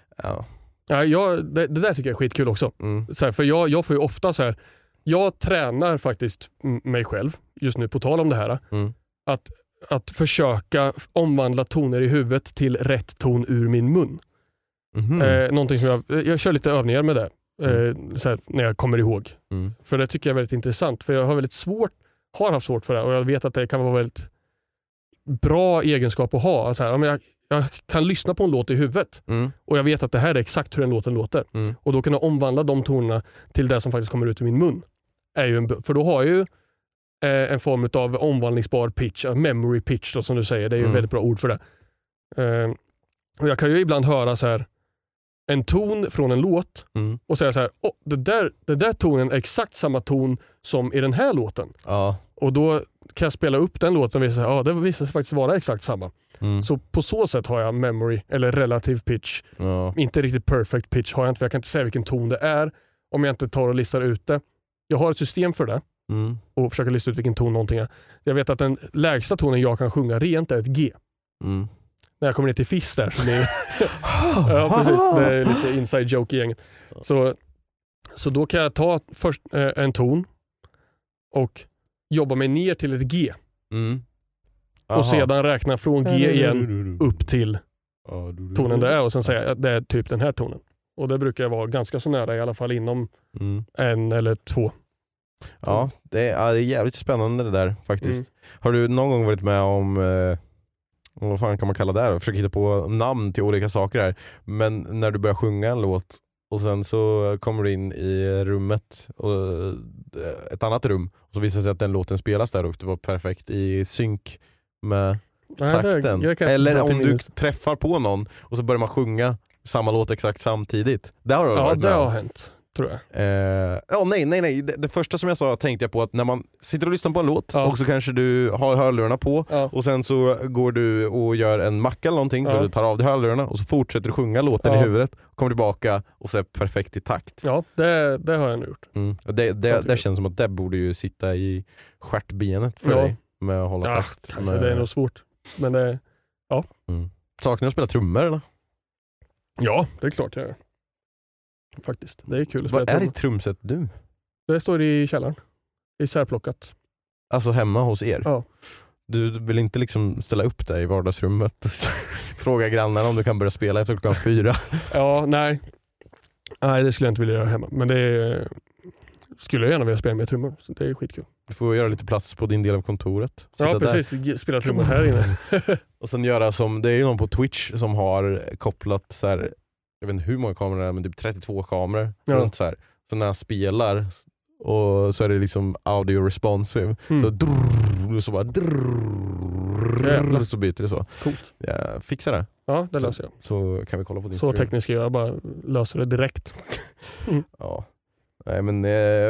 Det där tycker jag är skitkul också. Så här, för jag får ju ofta så här, jag tränar faktiskt mig själv just nu på tal om det här, att försöka omvandla toner i huvudet till rätt ton ur min mun. Någonting som jag kör lite övningar med det så här, när jag kommer ihåg. För det tycker jag är väldigt intressant, för jag har haft svårt för det, och jag vet att det kan vara väldigt bra egenskap att ha. Så här, jag kan lyssna på en låt i huvudet och jag vet att det här är exakt hur den låten låter. Och då kan jag omvandla de tonerna till det som faktiskt kommer ut ur min mun. För då har jag ju en form av omvandlingsbar pitch, memory pitch då, som du säger. Det är ju ett väldigt bra ord för det. Och jag kan ju ibland höra så här en ton från en låt och säga så här, det där tonen är exakt samma ton som i den här låten. Och då kan jag spela upp den låten och visa att det visar sig faktiskt vara exakt samma. Så på så sätt har jag memory, eller relativ pitch. Inte riktigt perfect pitch har jag inte, för jag kan inte säga vilken ton det är om jag inte tar och listar ut det. Jag har ett system för det och försöker lista ut vilken ton någonting är. Jag vet att den lägsta tonen jag kan sjunga rent är ett G. När jag kommer ner till fisk där så ja, precis, det är lite inside joke i gänget. Så då kan jag ta först en ton och jobba mig ner till ett G. Och sedan räkna från G igen upp till tonen det är, och sen säga att det är typ den här tonen. Och det brukar vara ganska så nära, i alla fall inom en eller två. Ja, det är jävligt spännande det där faktiskt. Har du någon gång varit med om vad fan kan man kalla det här? Försöka hitta på namn till olika saker här. Men när du börjar sjunga en låt och sen så kommer du in i rummet och ett annat rum, och så visar det sig att den låten spelas där och det var perfekt i synk med takten. Eller om du träffar på någon och så börjar man sjunga samma låt exakt samtidigt. Det har hänt, tror jag. Nej. Det första som jag sa tänkte jag på, att när man sitter och lyssnar på en låt och så kanske du har hörlurarna på och sen så går du och gör en macka eller någonting, så du tar av dig hörlurarna och så fortsätter du sjunga låten i huvudet, kommer tillbaka och så är perfekt i takt. Ja, det har jag nu gjort. Det känns som att det borde ju sitta i stjärtbenet för dig med att hålla takt. Kanske det är nog svårt. Men det, Saknar du att spela trummor eller? Ja, det är klart jag gör. Faktiskt, det är kul att spela. Vad är ditt trumset du? Det står i källaren. Isärplockat. Alltså hemma hos er? Ja. Du vill inte liksom ställa upp dig i vardagsrummet? Fråga grannarna om du kan börja spela efter klockan 4? Nej, det skulle jag inte vilja göra hemma. Men det är skulle jag gärna vilja spela med trummor. Så det är skitkul. Du får göra lite plats på din del av kontoret. Ja, precis. Spela trummor här inne. Och sen göra som, det är ju någon på Twitch som har kopplat så här, jag vet inte hur många kameror det är, men typ 32 kameror runt så här. Så när han spelar och så är det liksom audio responsive. Så bara så byter det så. Coolt. Jag fixar det. Ja, det löser jag. Så kan vi kolla på din så stream. tekniskt jag bara löser det direkt. Ja. Nej men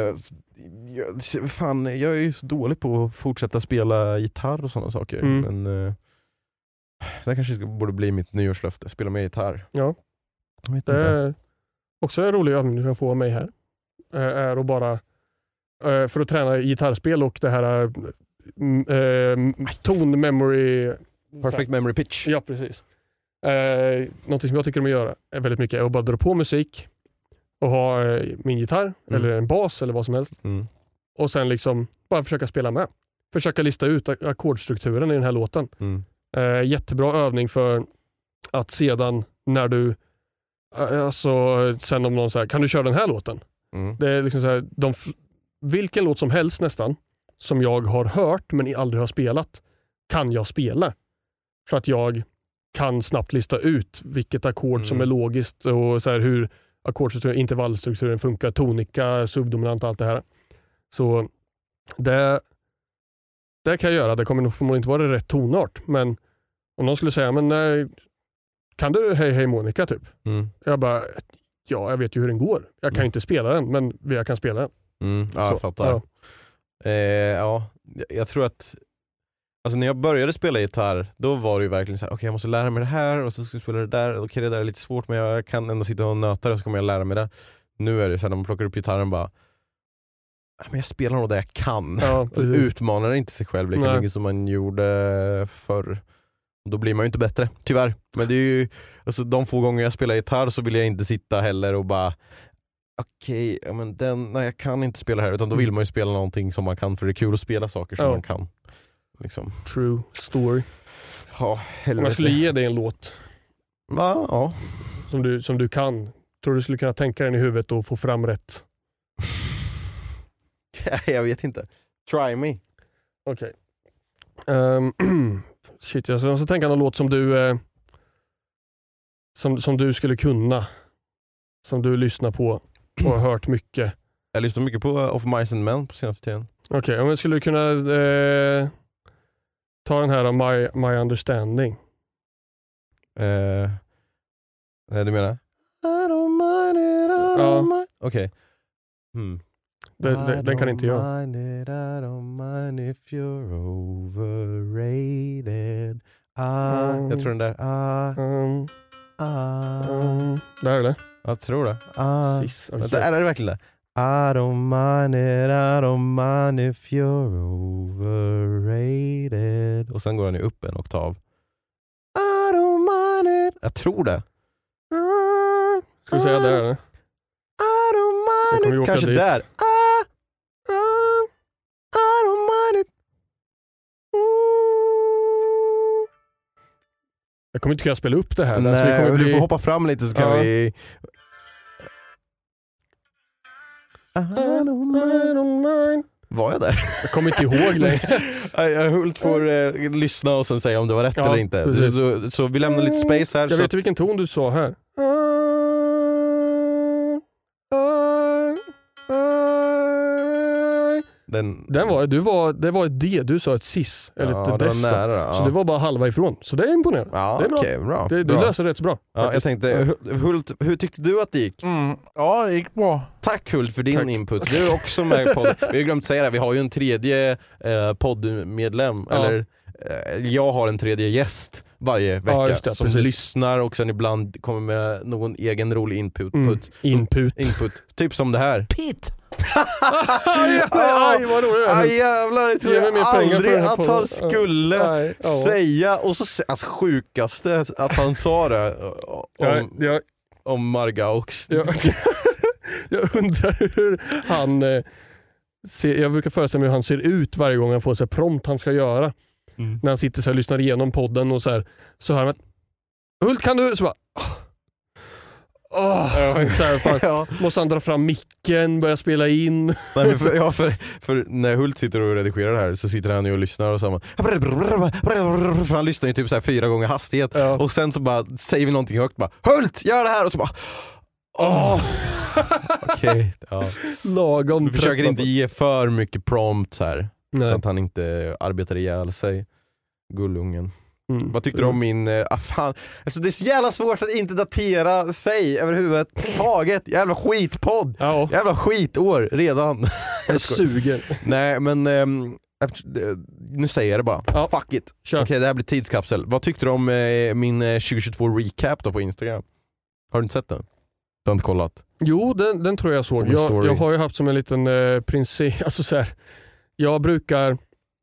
jag är ju så dålig på att fortsätta spela gitarr och sådana saker. Men det kanske borde bli mitt nyårslöfte. Spela med gitarr. Ja. Det är också en rolig övning du kan få av mig här. Är att bara för att träna gitarrspel och det här tone memory. Perfect memory pitch. Ja, precis. Någonting som jag tycker om att göra är väldigt mycket är att bara dra på musik och ha min gitarr eller en bas eller vad som helst. Och sen liksom bara försöka spela med. Försöka lista ut ackordstrukturen i den här låten. Jättebra övning för att sedan när du sen om någon säger, kan du köra den här låten? Det är liksom så här, vilken låt som helst nästan som jag har hört men aldrig har spelat kan jag spela. För att jag kan snabbt lista ut vilket ackord som är logiskt och så här hur ackordstrukturen, intervallstrukturen funkar, tonika, subdominant, allt det här. Så det kan jag göra. Det kommer nog förmodligen inte vara rätt tonart, men om någon skulle säga, men kan du hej Monica typ? Jag bara, ja, jag vet ju hur den går. Jag kan inte spela den, men jag kan spela den. Ja, jag fattar. Ja. Jag tror att alltså när jag började spela gitarr, då var det ju verkligen så här: okej, jag måste lära mig det här och så ska jag spela det där. Okej, det där är lite svårt, men jag kan ändå sitta och nöta det och så kommer jag lära mig det. Nu är det så här, när man plockar upp gitarren bara, men jag spelar nog det jag kan. Ja, utmanar inte sig själv lika mycket som man gjorde förr. Och då blir man ju inte bättre, tyvärr. Men det är ju, alltså de få gånger jag spelar gitarr så vill jag inte sitta heller och bara okej, men jag kan inte spela här, utan då vill man ju spela någonting som man kan, för det är kul att spela saker som man kan. Liksom. True story. Ja, om jag skulle ge dig en låt som du kan, tror du skulle kunna tänka den i huvudet och få fram rätt? Jag vet inte. Try me. Okej. Shit, jag ska tänka någon låt som du som du skulle kunna, som du lyssnar på och har hört mycket. Jag lyssnar mycket på Of Mice and Men på senaste tiden. Okej, men skulle du kunna ta den här av My Understanding? Du menar? I don't mind it, I don't mind. Okej. Den kan inte jag. I don't mind if you're overrated. Jag tror den där. Där är det. Jag tror det. Okay. Är det verkligen det? I don't mind it, I don't mind if you're overrated. Och sen går den ju upp en oktav. I don't mind it. Jag tror det. Ska vi säga där eller? I don't mind it. Kanske dit. Där. I don't mind it. Jag kommer inte kunna spela upp det här. Nej, du får hoppa fram lite så kan vi... I don't mind. Var jag där? Jag kommer inte ihåg längre. Hult får lyssna och sen säga om det var rätt eller inte. Så vi lämnar lite space här. Jag vet vilken ton du sa här. Det var ett D, du sa ett cis eller ett desta. Nära, så det var bara halva ifrån. Så det är imponerande. Ja, det är bra. Okay, bra. Du löser rätt så bra. Ja, jag tänkte, Hult, hur tyckte du att det gick? Ja, det gick bra. Tack Hult för din input. Du är också med på det. Vi har glömt säga det, vi har ju en tredje poddmedlem. Eller jag har en tredje gäst varje vecka som lyssnar och sen ibland kommer med någon egen rolig input. Typ som det här. Pete! Aj, vad roligt. Jävlar, jag tror jag aldrig att han skulle säga. Och så alltså, sjukaste att han sa det om Margaux. Jag undrar hur han jag brukar föreställa mig hur han ser ut varje gång han får så prompt han ska göra. När han sitter så här och lyssnar igenom podden och så här har han Hult, kan du? Så bara Så här, fan, måste han dra fram micken, börja spela in. Nej, men för när Hult sitter och redigerar det här så sitter han ju och lyssnar och så man, för han lyssnar ju typ så här 4 gånger hastighet och sen så bara säger vi någonting högt bara Hult, gör det här och så bara okej, ja. Lagom. Vi försöker inte ge för mycket prompts här. Nej. Så att han inte arbetar ihjäl sig. Gullungen. Vad tyckte du om min... fan. Alltså det är så jävla svårt att inte datera sig överhuvudtaget. Jävla skitpodd. Ja. Jävla skitår redan. Jag suger. Nej, men nu säger jag det bara. Ja. Fuck it. Kör. Okej, det här blir tidskapsel. Vad tyckte du om min 2022 recap då på Instagram? Har du inte sett den? Du har inte kollat? Jo, den tror jag såg. Jag har ju haft som en liten princip. Alltså så här, jag brukar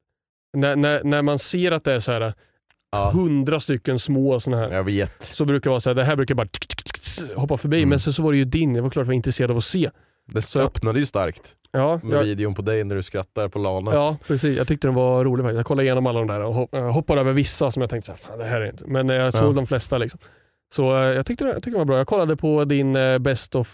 när man ser att det är så här 100 stycken små såna här. Jag vet. Så brukar det vara så här, det här brukar bara hoppa förbi. Men sen så var det ju din. Jag var klart var intresserad av att se. Det så öppnade ju starkt. Ja, med videon på dig när du skrattar på lanet. Ja, precis. Jag tyckte den var rolig faktiskt. Jag kollade igenom alla de där och hoppade över vissa som jag tänkte så här, fan det här är inte. Men jag såg de flesta liksom. Så jag tyckte det var bra. Jag kollade på din Best of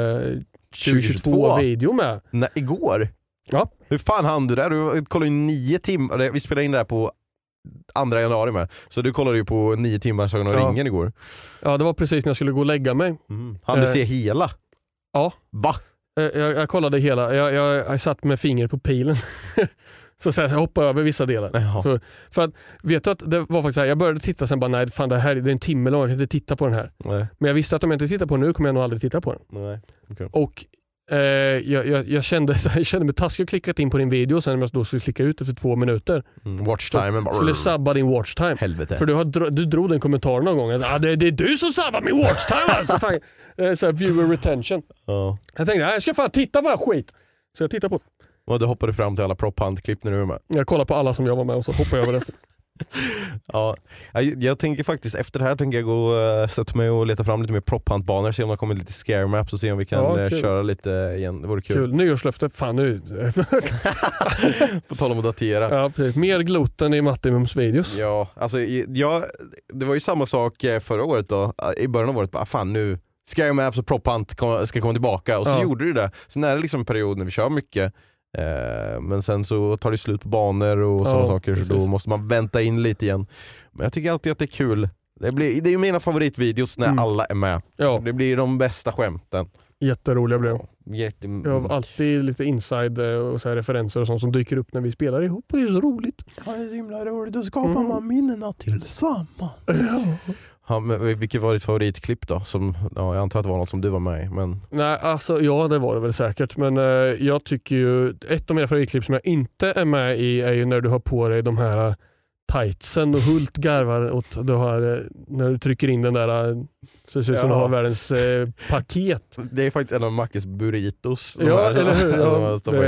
2022 video med. Nej, igår? Ja. Hur fan hann du där? Du kollade ju 9 timmar. Vi spelade in det här på 2 januari med. Så du kollade ju på 9 timmar Sagan om ringen igår. Ja, det var precis när jag skulle gå och lägga mig. Hann du se hela? Ja. Va? Jag kollade hela. Jag satt med fingret på pilen. Så jag hoppade över vissa delar. För att, vet du att det var faktiskt så här, jag började titta sen bara, nej fan det här är en timme lång, jag kan inte titta på den här. Nej. Men jag visste att om jag inte tittar på den nu kommer jag nog aldrig titta på den. Nej. Okay. Och jag kände mig taskig och klickat in på din video och sen jag då skulle klicka ut efter 2 minuter. Watchtime. Skulle sabba din watchtime. Helvete. För du drog den kommentaren någon gång. Det är du som sabbar min watchtime alltså. Fan. Så här, viewer retention. Jag tänkte, jag ska fan titta på skit. Så jag tittar på. Och du hoppade fram till alla prop hunt-klipp när du var med. Jag kollar på alla som jag var med och så hoppar jag över resten. Ja, jag tänker faktiskt efter det här tänker jag gå och sätta mig och leta fram lite mer prop hunt-banor, se om det kommer lite scare maps och se om vi kan köra lite igen. Det vore kul. Nyårslöfte, fan nu. På tal om att datera. Ja, precis. Mer gloten i Mattimums videos. Ja, alltså det var ju samma sak förra året då. I början av året, bara fan nu scare maps och prop hunt ska komma tillbaka. Och så gjorde du det. Sen är det liksom en period när vi kör mycket. Men sen så tar det slut på banor och sådana saker. Så då måste man vänta in lite igen. Men jag tycker alltid att det är kul. Det är ju mina favoritvideos när alla är med. Det blir de bästa skämten. Jätteroliga blev jag har alltid lite inside och så här referenser och sånt som dyker upp när vi spelar ihop. Det är så roligt. Ja, det är så himla roligt. Då skapar man minnena tillsammans. Ja, men vilket var ditt favoritklipp då? Som, jag antar att det var något som du var med i. Men... Nej, alltså det var det väl säkert. Men jag tycker ju, ett av mina favoritklipp som jag inte är med i är ju när du har på dig de här tightsen och Hult garvar åt du har, när du trycker in den där så det ser ut som du har världens paket. Det är faktiskt en av Mackes burritos. Ja, eller hur? Ja, det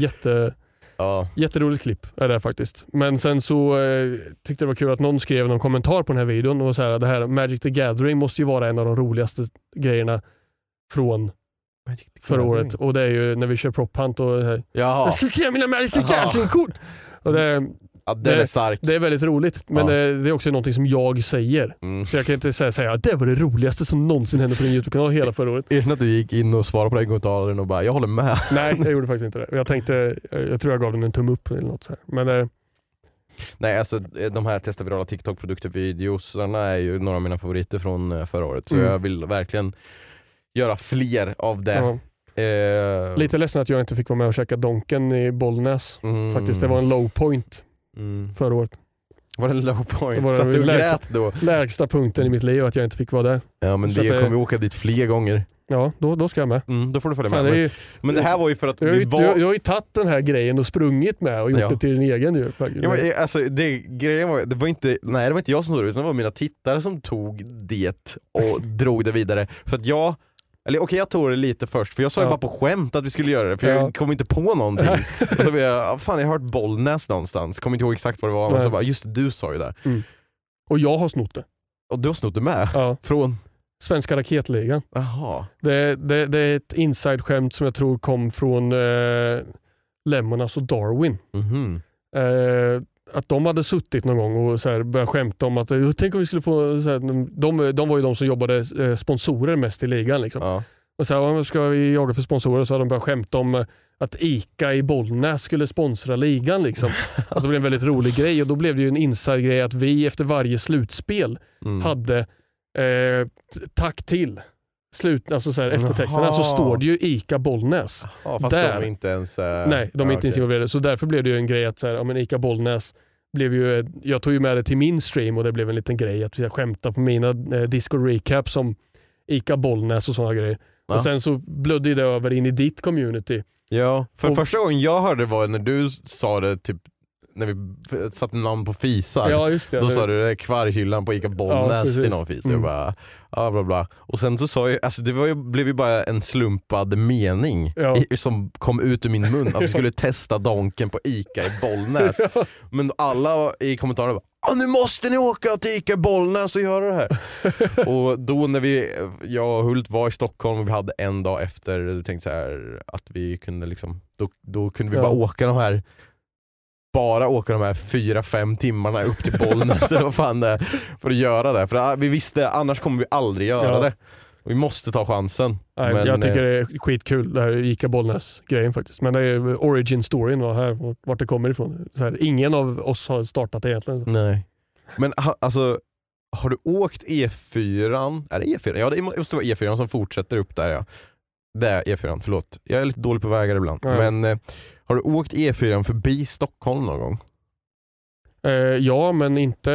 är jätteroligt klipp är det faktiskt. Men sen så tyckte det var kul att någon skrev någon kommentar på den här videon och så här, det här Magic the Gathering måste ju vara en av de roligaste grejerna från förra året. Och det är ju när vi kör prop hunt och det här. Jag ska se mina Magic the Gathering-kort. Och det är starkt. Det är väldigt roligt, men det är också någonting som jag säger. Så jag kan inte säga att det var det roligaste som någonsin hände på din YouTube-kanal hela förra året. Är det att du gick in och svarade på den kommentaren och bara, jag håller med? Nej, jag gjorde faktiskt inte det. Jag tror jag gav den en tumme upp eller något så här. Men nej, alltså de här testa virala TikTok-produkter-videosarna är ju några av mina favoriter från förra året. Så jag vill verkligen göra fler av det. Lite ledsen att jag inte fick vara med och käka Donken i Bollnäs. Faktiskt, det var en low point förra året. Var det en low point? Satt du och grät då? Lägsta punkten i mitt liv att jag inte fick vara där. Ja, men det kommer vi åka dit fler gånger. Ja, då ska jag med. Då får du följa med. Men det här var ju för att jag har ju tagit den här grejen och sprungit med och gjort det till din egen ju. Ja, men, alltså, det var inte jag som tog det, utan det var mina tittare som tog det och drog det vidare. För att jag tog det lite först, för jag sa ju bara på skämt att vi skulle göra det, för jag kom inte på någonting. Och så jag har hört Bollnäs någonstans, kom inte ihåg exakt vad det var, och så bara, just du sa ju där. Och jag har snott det. Och du har snott det med? Från? Svenska raketligan. Jaha. Det är ett inside-skämt som jag tror kom från Lemonas och Darwin. att de hade suttit någon gång och så här börjat skämta om att tänk om vi skulle få så här, de var ju de som jobbade sponsorer mest i ligan liksom. Ja. Och så här, ska vi jaga för sponsorer, så hade de börjat skämta om att ICA i Bollnäs skulle sponsra ligan liksom. Att det blev en väldigt rolig grej, och då blev det ju en inside-grej att vi efter varje slutspel hade tack till alltså så här, eftertexterna så står det ju ICA Bollnäs. Ja, fast där. de är inte ens... Nej, de är inte ens involverade. Så därför blev det ju en grej att så här, ja, men ICA Bollnäs blev ju, jag tog ju med det till min stream, och det blev en liten grej att jag skämtade på mina disco recaps om ICA Bollnäs och sådana grejer. Ja. Och sen så blödde det över in i ditt community. Ja, för första gången jag hörde det var när du sa det typ när vi satte namn på fisar. Ja, just det. Då sa du det kvarhyllan på ICA Bollnäs till någon fis. Jag bara, bla bla. Och sen så sa jag, alltså det blev ju bara en slumpad mening som kom ut ur min mun att vi skulle testa donken på ICA i Bollnäs. Men alla i kommentarerna bara, nu måste ni åka till ICA Bollnäs och göra det här. Och då när jag och Hult var i Stockholm och vi hade en dag efter, du tänkte så här att vi kunde liksom, då kunde vi bara åka de här 4-5 timmarna upp till Bollnäs eller vad fan det är, för att göra det. För vi visste, annars kommer vi aldrig göra det. Och vi måste ta chansen. Nej, men jag tycker det är skitkul, det här ICA Bollnäs-grejen faktiskt. Men det är origin-storyn var här, vart det kommer ifrån. Så här, ingen av oss har startat det egentligen. Nej. Men alltså, har du åkt E4? Är det E4? Ja, det måste vara E4 som fortsätter upp där, ja. Det är E4, förlåt. Jag är lite dålig på vägar ibland. Ja. Men har du åkt E4 förbi Stockholm någon gång? Ja, men inte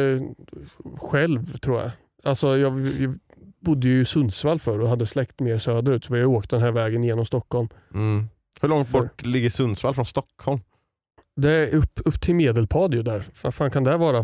själv tror jag. Alltså jag bodde ju i Sundsvall förr och hade släkt mer söderut, så vi har åkt den här vägen genom Stockholm. Hur långt bort ligger Sundsvall från Stockholm? Det är upp till Medelpad ju där. Vad fan kan det vara?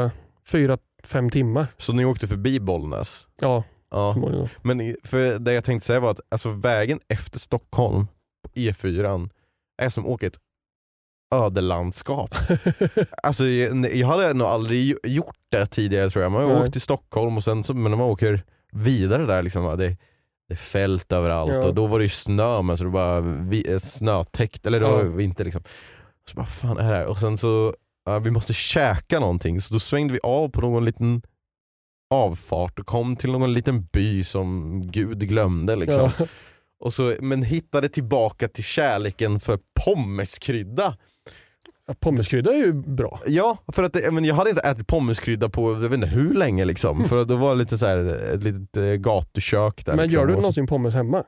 4-5 timmar. Så ni åkte förbi Bollnäs? Ja. Men för det jag tänkte säga var att alltså, vägen efter Stockholm på E4 är som åker ett ödelandskap. Alltså jag hade nog aldrig gjort det tidigare tror jag. Man har åkt till Stockholm och sen så, men när man åker vidare där liksom, det är fält överallt och då var det ju snö, men så det var snötäckt eller då var inte liksom. Så bara fan är det här? Och sen så vi måste käka någonting, så då svängde vi av på någon liten avfart och kom till någon liten by som Gud glömde liksom. Och så, men hittade tillbaka till kärleken för pommeskrydda. Ja, pommeskrydda är ju bra. Ja, för att jag hade inte ätit pommeskrydda på jag vet inte hur länge liksom. För då var det lite så här ett litet gatukök där. Men liksom. Gör du någonsin pommes hemma?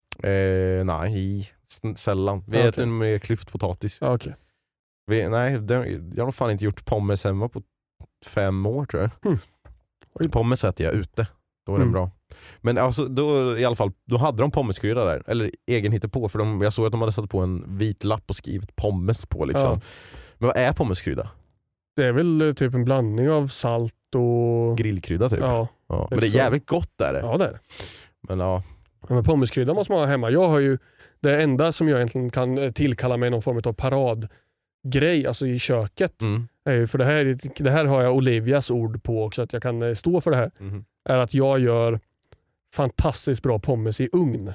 Nej, sällan. Vi äter med klyftpotatis. Okay. Nej, jag har nog fan inte gjort pommes hemma på 5 år tror jag. Pommes äter jag ute. Då är den bra. Men alltså, då, i alla fall, då hade de pommeskrydda där. Eller egen hittepå. För jag såg att de hade satt på en vit lapp och skrivit pommes på liksom. Ja. Men vad är pommeskrydda? Det är väl typ en blandning av salt och... grillkrydda typ. Ja. Men det är jävligt gott där. Ja, det är det. Men ja. Men pommeskrydda måste man ha hemma. Jag har ju det enda som jag egentligen kan tillkalla mig någon form av paradgrej, alltså i köket. För det här har jag Olivias ord på också, att jag kan stå för det här. Är att jag gör fantastiskt bra pommes i ugn.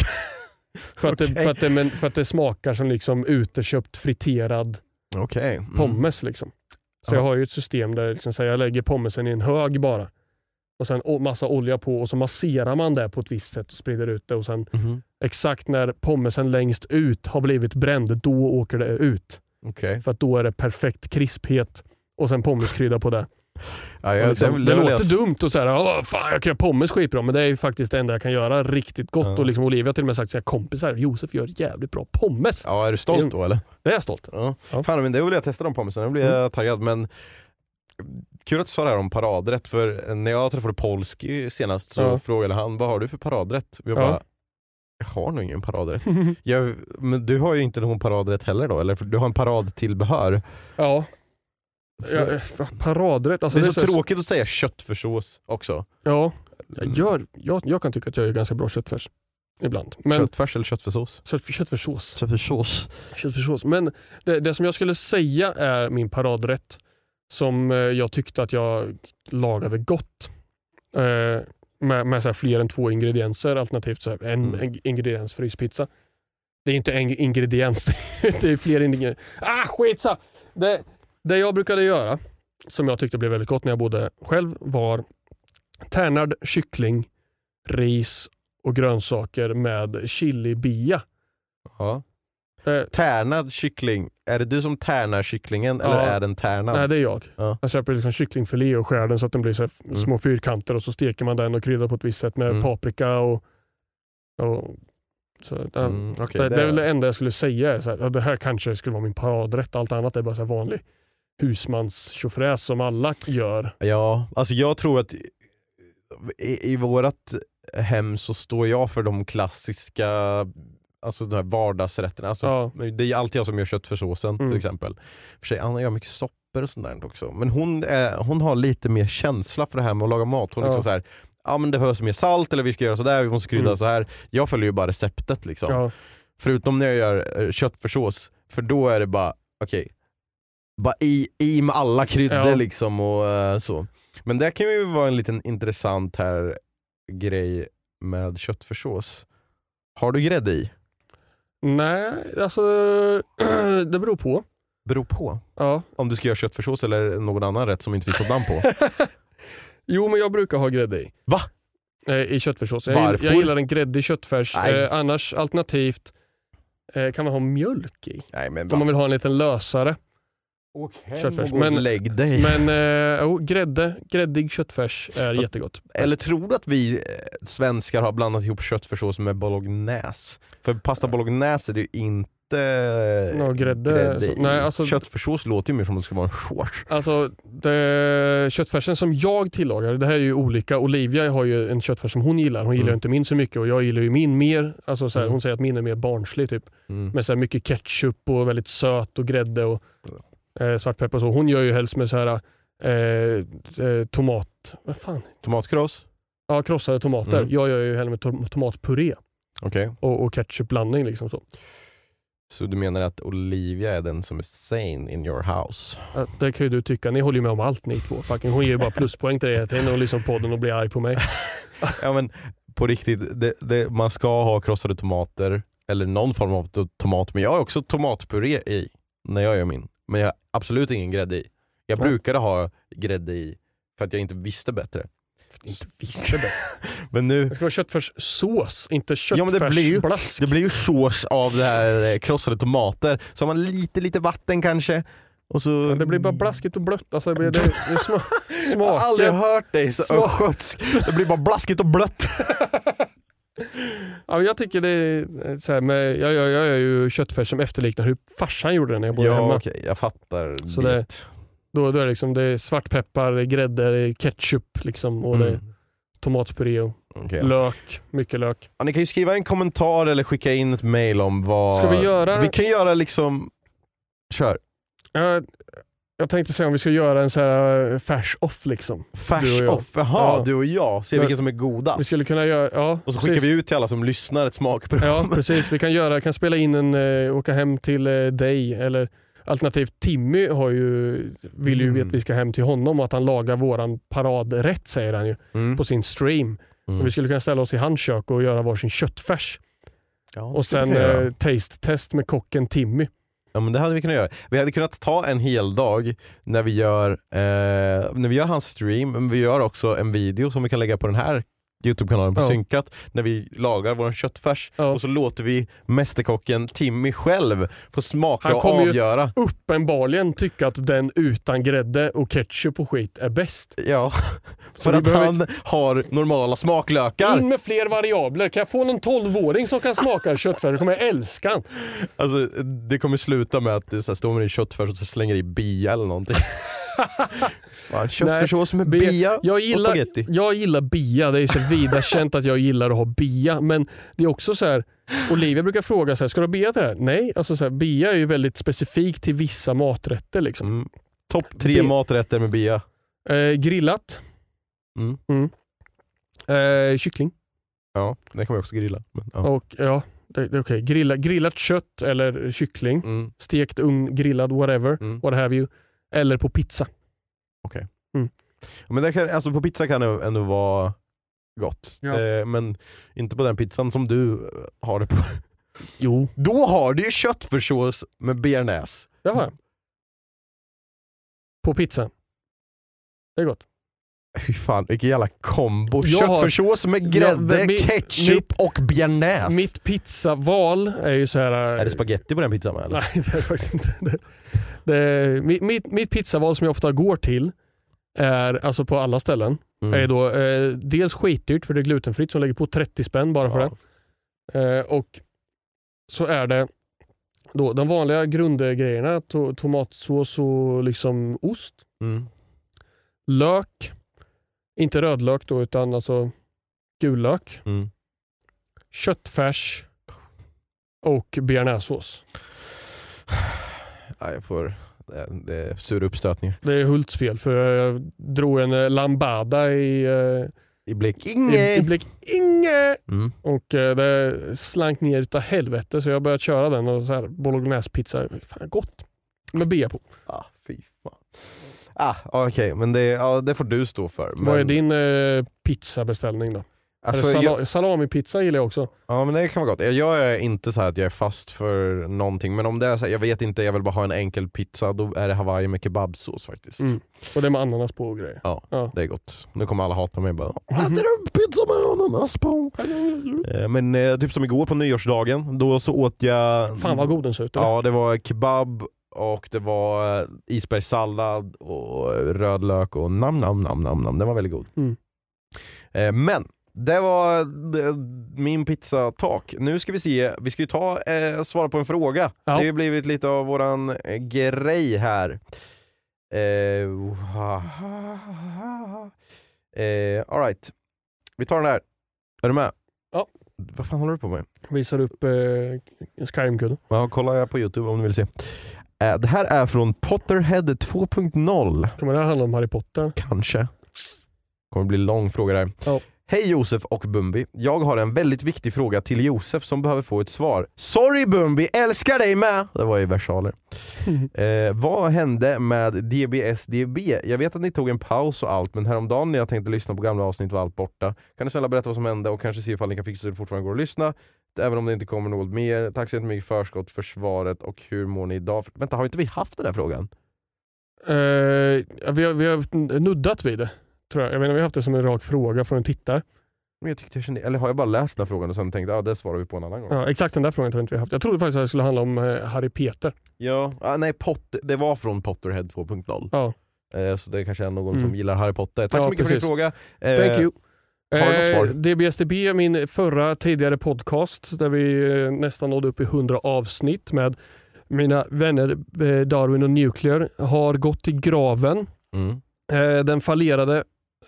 för att det smakar som liksom uteköpt friterad pommes liksom. Så jag har ju ett system där liksom, så jag lägger pommesen i en hög bara. Och sen massa olja på och så masserar man det på ett visst sätt och sprider ut det. Och sen exakt när pommesen längst ut har blivit bränd, då åker det ut. För att då är det perfekt krisphet och sen pommeskrydda på det. Ja, liksom, det låter dumt och så här, fan jag kan göra pommes skitbra, men det är ju faktiskt det enda jag kan göra riktigt gott. Och liksom Olivia till och med sagt sina kompisar, Josef gör jävligt bra pommes. Ja, är du stolt då eller? Det är jag stolt. Ja. Fan, men det vill jag testa de pommesen, det blir jag taggad. Men kul att du sa det här om paradrätt, för när jag träffade Polski senast så frågade han, vad har du för paradrätt? Jag bara, jag har nog ingen paradrätt. Men du har ju inte någon paradrätt heller då, eller? För du har en paradtillbehör. Ja. Paradrätt. Alltså det är så tråkigt att säga köttfärssås också. Ja, jag kan tycka att jag är ganska bra köttfärs ibland. Men köttfärs eller köttfärssås? Köttfärssås. Men det som jag skulle säga är min paradrätt som jag tyckte att jag lagade gott med så här fler än 2 ingredienser, alternativt så här en ingrediens fryspizza. Det är inte en ingrediens, det är fler ingredienser. Skitsa! Det jag brukade göra, som jag tyckte blev väldigt gott när jag bodde själv, var tärnad kyckling, ris och grönsaker med chili-bia. Ja. Tärnad kyckling. Är det du som tärnar kycklingen eller är den tärnad? Nej, det är jag. Ja. Jag köper liksom kycklingfilé och skär den så att den blir så här små fyrkanter och så steker man den och kryddar på ett visst sätt med paprika och så. Okay, det är väl det enda jag skulle säga. Så här, det här kanske skulle vara min paradrätt. Allt annat är bara så här vanlig husmans tjofräs som alla gör. Ja, alltså jag tror att i vårat hem så står jag för de klassiska, alltså de här vardagsrätterna. Alltså, det är alltid jag som gör köttfärssåsen till exempel. För sig, Anna gör mycket soppor och sånt där också. Men hon har lite mer känsla för det här med att laga mat. Hon liksom så här, men det behövs mer salt eller vi ska göra så där, vi måste krydda så här. Jag följer ju bara receptet liksom. Ja. Förutom när jag gör köttfärssås, för då är det bara bara i med alla kryddor liksom och så. Men det kan ju vara en liten intressant här grej med köttfärssås. Har du grädde i? Nej, alltså det beror på. Beror på? Ja. Om du ska göra köttfärssås eller någon annan rätt som inte vi får namn på. Jo, men jag brukar ha grädde i. Va? I köttfärssås. Varför? Jag gillar en gräddig köttfärs. Annars alternativt kan man ha mjölk i. Nej, men om man vill ha en liten lösare. Köttfärs. Men lägg dig. Men gräddig köttfärs är jättegott. Eller tror du att vi svenskar har blandat ihop köttfärssås med bolognese? För pasta bolognese är det ju inte grädde. Nej, alltså, köttfärssås låter ju mer som att det ska vara en shorts. Alltså köttfärsen som jag tillagar, det här är ju olika. Olivia har ju en köttfärs som hon gillar. Hon gillar ju inte min så mycket och jag gillar ju min mer. Alltså så här, hon säger att min är mer barnslig typ. Med så här mycket ketchup och väldigt söt och grädde och svartpeppar och så. Hon gör ju helst med så här tomat. Vad fan? Tomatkross? Ja, krossade tomater. Jag gör ju hellre med tomatpuré. Okay. Och ketchupblandning liksom så. Så du menar att Olivia är den som är sane in your house? Ja, det kan ju du tycka. Ni håller ju med om allt ni två. Fucking, hon ger ju bara pluspoäng till det till och liksom podden och blir arg på mig. Ja, men på riktigt, man ska ha krossade tomater eller någon form av tomat. Men jag har också tomatpuré i när jag gör min. Men jag har absolut ingen grädde i. Jag brukade ha grädde i för att jag inte visste bättre. Men nu... Det ska vara köttfärssås, inte köttfärsblask. Det blir ju sås av det här krossade tomater. Så har man lite vatten kanske. Och så... Ja, det blir bara blaskigt och blött. Alltså, det smakar. Jag har aldrig hört dig så östgötsk. Det blir bara blaskigt och blött. Ja, jag tycker det är så här med, jag gör ju köttfärs som efterliknar hur farsan gjorde det när jag bodde hemma. Okej, jag fattar. Så då är det liksom det är svartpeppar, grädde, ketchup liksom, och det är tomatpuré och lök, mycket lök. Ja, ni kan ju skriva en kommentar eller skicka in ett mejl om vad ska vi göra. Vi kan göra liksom kör. Jag tänkte säga om vi ska göra en så här färs-off liksom. Färs-off? Jaha, du och jag. Se vilken som är godast. Vi skulle kunna göra, och så skickar vi ut till alla som lyssnar ett smakprov. Ja, precis. Vi kan spela in åka hem till dig eller alternativt Timmy vill ju att vi ska hem till honom och att han lagar våran paradrätt, säger han ju, på sin stream. Och vi skulle kunna ställa oss i hans kök och göra varsin köttfärs. Ja, och sen taste-test med kocken Timmy. Ja, men det hade vi kunnat göra. Vi hade kunnat ta en hel dag när vi gör hans stream, men vi gör också en video som vi kan lägga på den här YouTube-kanalen på Synkat när vi lagar vår köttfärs och så låter vi mästerkocken Timmy själv få smaka och avgöra. Han kommer ju uppenbarligen tycka att den utan grädde och ketchup och skit är bäst. Ja, för att han har normala smaklökar. In med fler variabler. Kan jag få någon 12-åring som kan smaka köttfärs? Det kommer jag älska han. Alltså, det kommer sluta med att du står med din köttfärs och så slänger i bia eller någonting. Köttfärssås med bia och spaghetti. Jag gillar bia. Det är så vida känt att jag gillar att ha bia. Men det är också så här, Olivia brukar fråga så här, ska du ha bia till det här? Nej, alltså så här, bia är ju väldigt specifikt till vissa maträtter liksom. Topp 3 maträtter med bia. Grillat. Kyckling. Ja, det kan man också grilla. Men, och det är okej. Grillat kött eller kyckling. Stekt, grillad, whatever. What have you. Eller på pizza. Okej. Men det kan, alltså på pizza kan det ändå vara gott. Ja. Men inte på den pizzan som du har det på. Jo. Då har du ju köttfärssås med bearnaise. Jaha. på pizza. Det är gott. Fy fan, vilken jävla kombo. Jag har- Köttfärssås med grädde, ketchup och bearnaise. Mitt pizzaval är ju så här. Är det spaghetti på den pizzan med, eller? Nej, det är det faktiskt inte. Mitt pizzaval som jag ofta går till är, alltså på alla ställen, är då dels skitdyrt för det är glutenfritt som lägger på 30 spänn bara för det. Och så är det då de vanliga grundgrejerna, tomatsås och liksom ost. Lök, inte rödlök då utan alltså gullök. Köttfärs och bearnaisesås. Ja, jag får... Det är sur uppstötning. Det är Hults fel för jag drog en lambada i Blekinge. i Blekinge. Och det slank ner utav helvete så jag började köra den och så här bolognese-pizza. Fan gott. Med bea på. Fy fan. Okej, men det får du stå för. Men... Vad är din pizzabeställning då? Alltså, salami-pizza gillar jag också. Ja, men det kan vara gott. Jag är inte så här att jag är fast för någonting, men om det är så här, jag vet inte, jag vill bara ha en enkel pizza, då är det Hawaii med kebabsås faktiskt. Och det är med ananas på och grejer. Ja, det är gott. Nu kommer alla hata mig bara. Äter du pizza med ananas på? Men typ som igår på nyårsdagen, då så åt jag... Fan vad god den ser ut. Ja, det var kebab och det var isbergssallad och rödlök och nam. Den var väldigt god. Men det var min pizzatak. Nu ska vi se, vi ska ju svara på en fråga. Ja. Det har ju blivit lite av våran grej här. All right. Vi tar den här. Är du med? Ja. Vad fan håller du på med? Visar upp en Skyrim-kudde. Ja, kolla jag på YouTube om du vill se. Det här är från Potterhead 2.0. Kommer det här handla om Harry Potter? Kanske. Kommer bli lång fråga där. Ja. Hej Josef och Bumbi. Jag har en väldigt viktig fråga till Josef som behöver få ett svar. Sorry Bumbi, älskar dig med! Det var i versaler. Vad hände med DBSDB? Jag vet att ni tog en paus och allt, men häromdagen när jag tänkte lyssna på gamla avsnitt var allt borta. Kan ni snälla berätta vad som hände och kanske se ifall ni kan fixa det fortfarande går att lyssna? Även om det inte kommer något mer. Tack så mycket förskott för svaret och hur mår ni idag? Vänta, har inte vi haft den här frågan? Vi har nuddat vid det. Tror jag. Jag menar, vi har haft det som en rak fråga från en tittare. Men jag tyckte jag kände, eller har jag bara läst den här frågan och sen tänkte det svarar vi på en annan gång. Ja, exakt den där frågan tror jag inte vi har haft. Jag trodde faktiskt att det skulle handla om Harry Peter. Ja, nej, det var från Potterhead 2.0. Ja. Så det kanske är någon som gillar Harry Potter. Tack så mycket för din fråga. Thank you. Har du något svar? DBSDB är min tidigare podcast där vi nästan nådde upp i 100 avsnitt med mina vänner Darwin och Nuclear har gått i graven. Den fallerade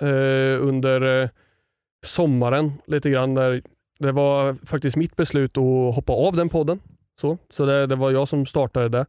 under sommaren lite grann. Där det var faktiskt mitt beslut att hoppa av den podden. Så det var jag som startade det.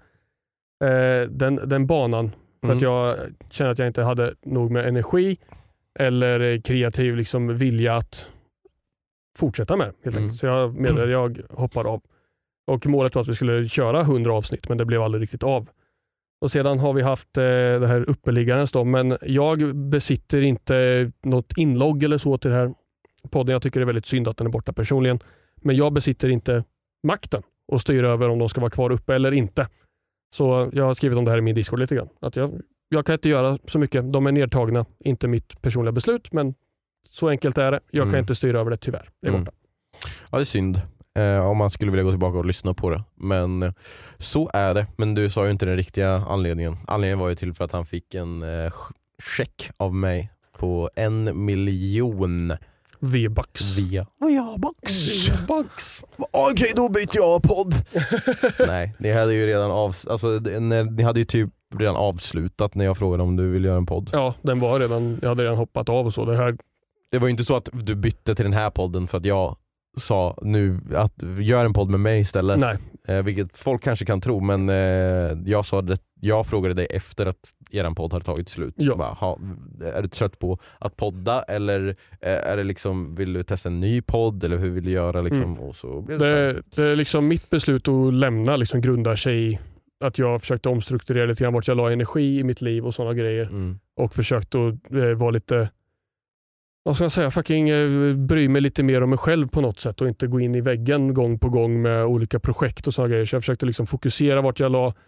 Den banan. För att jag kände att jag inte hade nog med energi eller kreativ liksom vilja att fortsätta med helt enkelt. Så jag hoppar av. Och målet var att vi skulle köra 100 avsnitt, men det blev aldrig riktigt av. Och sedan har vi haft det här uppeliggandes då, men jag besitter inte något inlogg eller så till det här podden. Jag tycker det är väldigt synd att den är borta personligen. Men jag besitter inte makten och styr över om de ska vara kvar uppe eller inte. Så jag har skrivit om det här i min Discord lite grann. Att jag kan inte göra så mycket. De är nedtagna, inte mitt personliga beslut, men så enkelt är det. Jag kan inte styra över det tyvärr. Det är borta. Ja, det är synd. Om man skulle vilja gå tillbaka och lyssna på det. Men så är det. Men du sa ju inte den riktiga anledningen. Anledningen var ju till för att han fick en check av mig på 1 miljon V-bucks. V-bucks. Okej, då byter jag podd. Nej, ni hade ju redan ni hade ju typ redan avslutat när jag frågade om du ville göra en podd. Ja, jag hade redan hoppat av och så. Det var ju inte så att du bytte till den här podden för att jag sa nu att gör en podd med mig istället. Nej. Vilket folk kanske kan tro, men jag frågade dig efter att eran podd hade tagit slut. Ja. Bara, är du trött på att podda eller är det liksom, vill du testa en ny podd eller hur vill du göra liksom? Och så blev det är liksom mitt beslut att lämna liksom grundar sig i att jag försökte omstrukturera lite grann vart jag la energi i mitt liv och sådana grejer. Och försökte att vara lite, vad ska jag säga, bry mig lite mer om mig själv på något sätt och inte gå in i väggen gång på gång med olika projekt och sådana grejer. Så jag försökte liksom fokusera vart jag la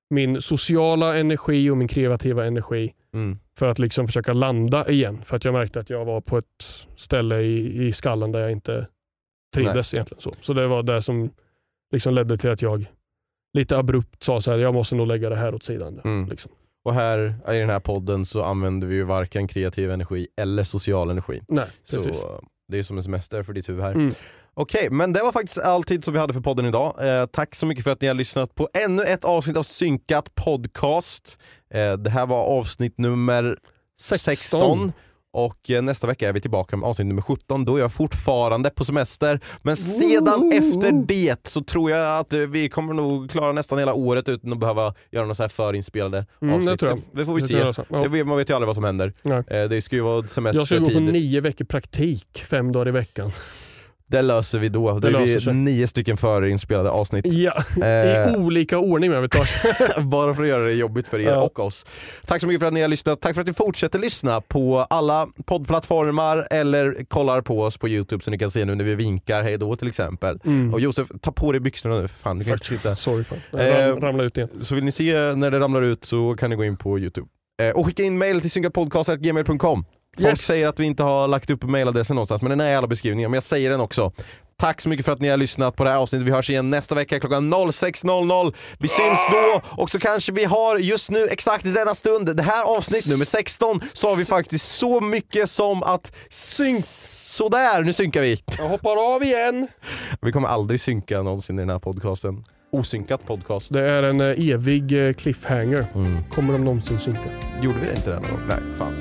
min sociala energi och min kreativa energi för att liksom försöka landa igen. För att jag märkte att jag var på ett ställe i skallen där jag inte trivdes egentligen. Så det var det som liksom ledde till att jag lite abrupt sa så här: jag måste nog lägga det här åt sidan. Liksom. Och här i den här podden så använder vi ju varken kreativ energi eller social energi. Nej, precis. Så det är som en semester för ditt huvud här. Okej, men det var faktiskt all tid som vi hade för podden idag. Tack så mycket för att ni har lyssnat på ännu ett avsnitt av Synkat podcast. Det här var avsnitt nummer 16. Och nästa vecka är vi tillbaka med avsnitt nummer 17. Då är jag fortfarande på semester. Men sedan efter det så tror jag att vi kommer nog klara nästan hela året utan att behöva göra några så här förinspelade avsnitt. Det får vi se. Man vet ju aldrig vad som händer. Det ska ju vara semester. Jag ska gå på 9 veckor praktik 5 dagar i veckan. Det löser vi då. Det är 9 stycken förinspelade avsnitt. Ja, i olika ordning med bara för att göra det jobbigt för er och oss. Tack så mycket för att ni har lyssnat. Tack för att ni fortsätter lyssna på alla poddplattformar eller kollar på oss på YouTube så ni kan se nu när vi vinkar hej då till exempel. Och Josef, ta på dig byxorna nu. Fan, du kan inte sitta. Sorry fan. Ramla ut igen. Så vill ni se när det ramlar ut så kan ni gå in på YouTube. Och skicka in mail till synkapodcast@gmail.com. Folk säger att vi inte har lagt upp mailadressen någonstans, men den är i alla beskrivningar, men jag säger den också. Tack så mycket för att ni har lyssnat på det här avsnittet. Vi hörs igen nästa vecka klockan 06.00. Vi syns då, och så kanske vi har just nu, exakt i denna stund, det här avsnitt nummer 16, så har vi faktiskt så mycket som att sådär, nu synkar vi. Jag hoppar av igen. Vi kommer aldrig synka någonsin i den här podcasten. Osynkat podcast. Det är en evig cliffhanger. Kommer de någonsin synka? Gjorde vi inte det någon gång? Nej, fan.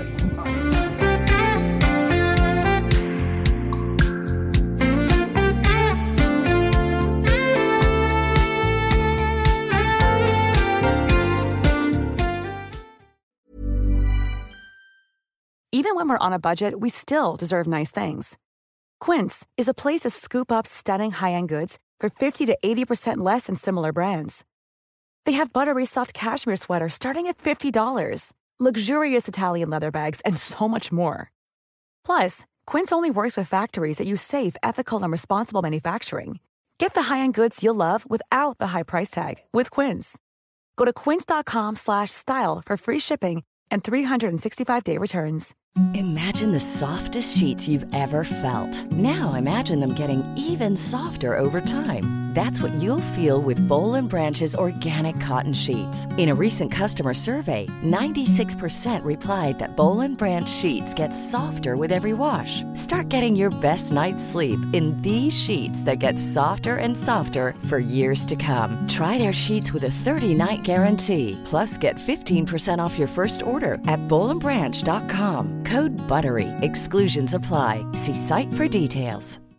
Even when we're on a budget, we still deserve nice things. Quince is a place to scoop up stunning high-end goods for 50 to 80% less than similar brands. They have buttery soft cashmere sweaters starting at $50, luxurious Italian leather bags, and so much more. Plus, Quince only works with factories that use safe, ethical, and responsible manufacturing. Get the high-end goods you'll love without the high price tag with Quince. Go to quince.com/style for free shipping and 365-day returns. Imagine the softest sheets you've ever felt. Now imagine them getting even softer over time. That's what you'll feel with Boll & Branch's organic cotton sheets. In a recent customer survey, 96% replied that Boll & Branch sheets get softer with every wash. Start getting your best night's sleep in these sheets that get softer and softer for years to come. Try their sheets with a 30-night guarantee. Plus, get 15% off your first order at bollandbranch.com. Code BUTTERY. Exclusions apply. See site for details.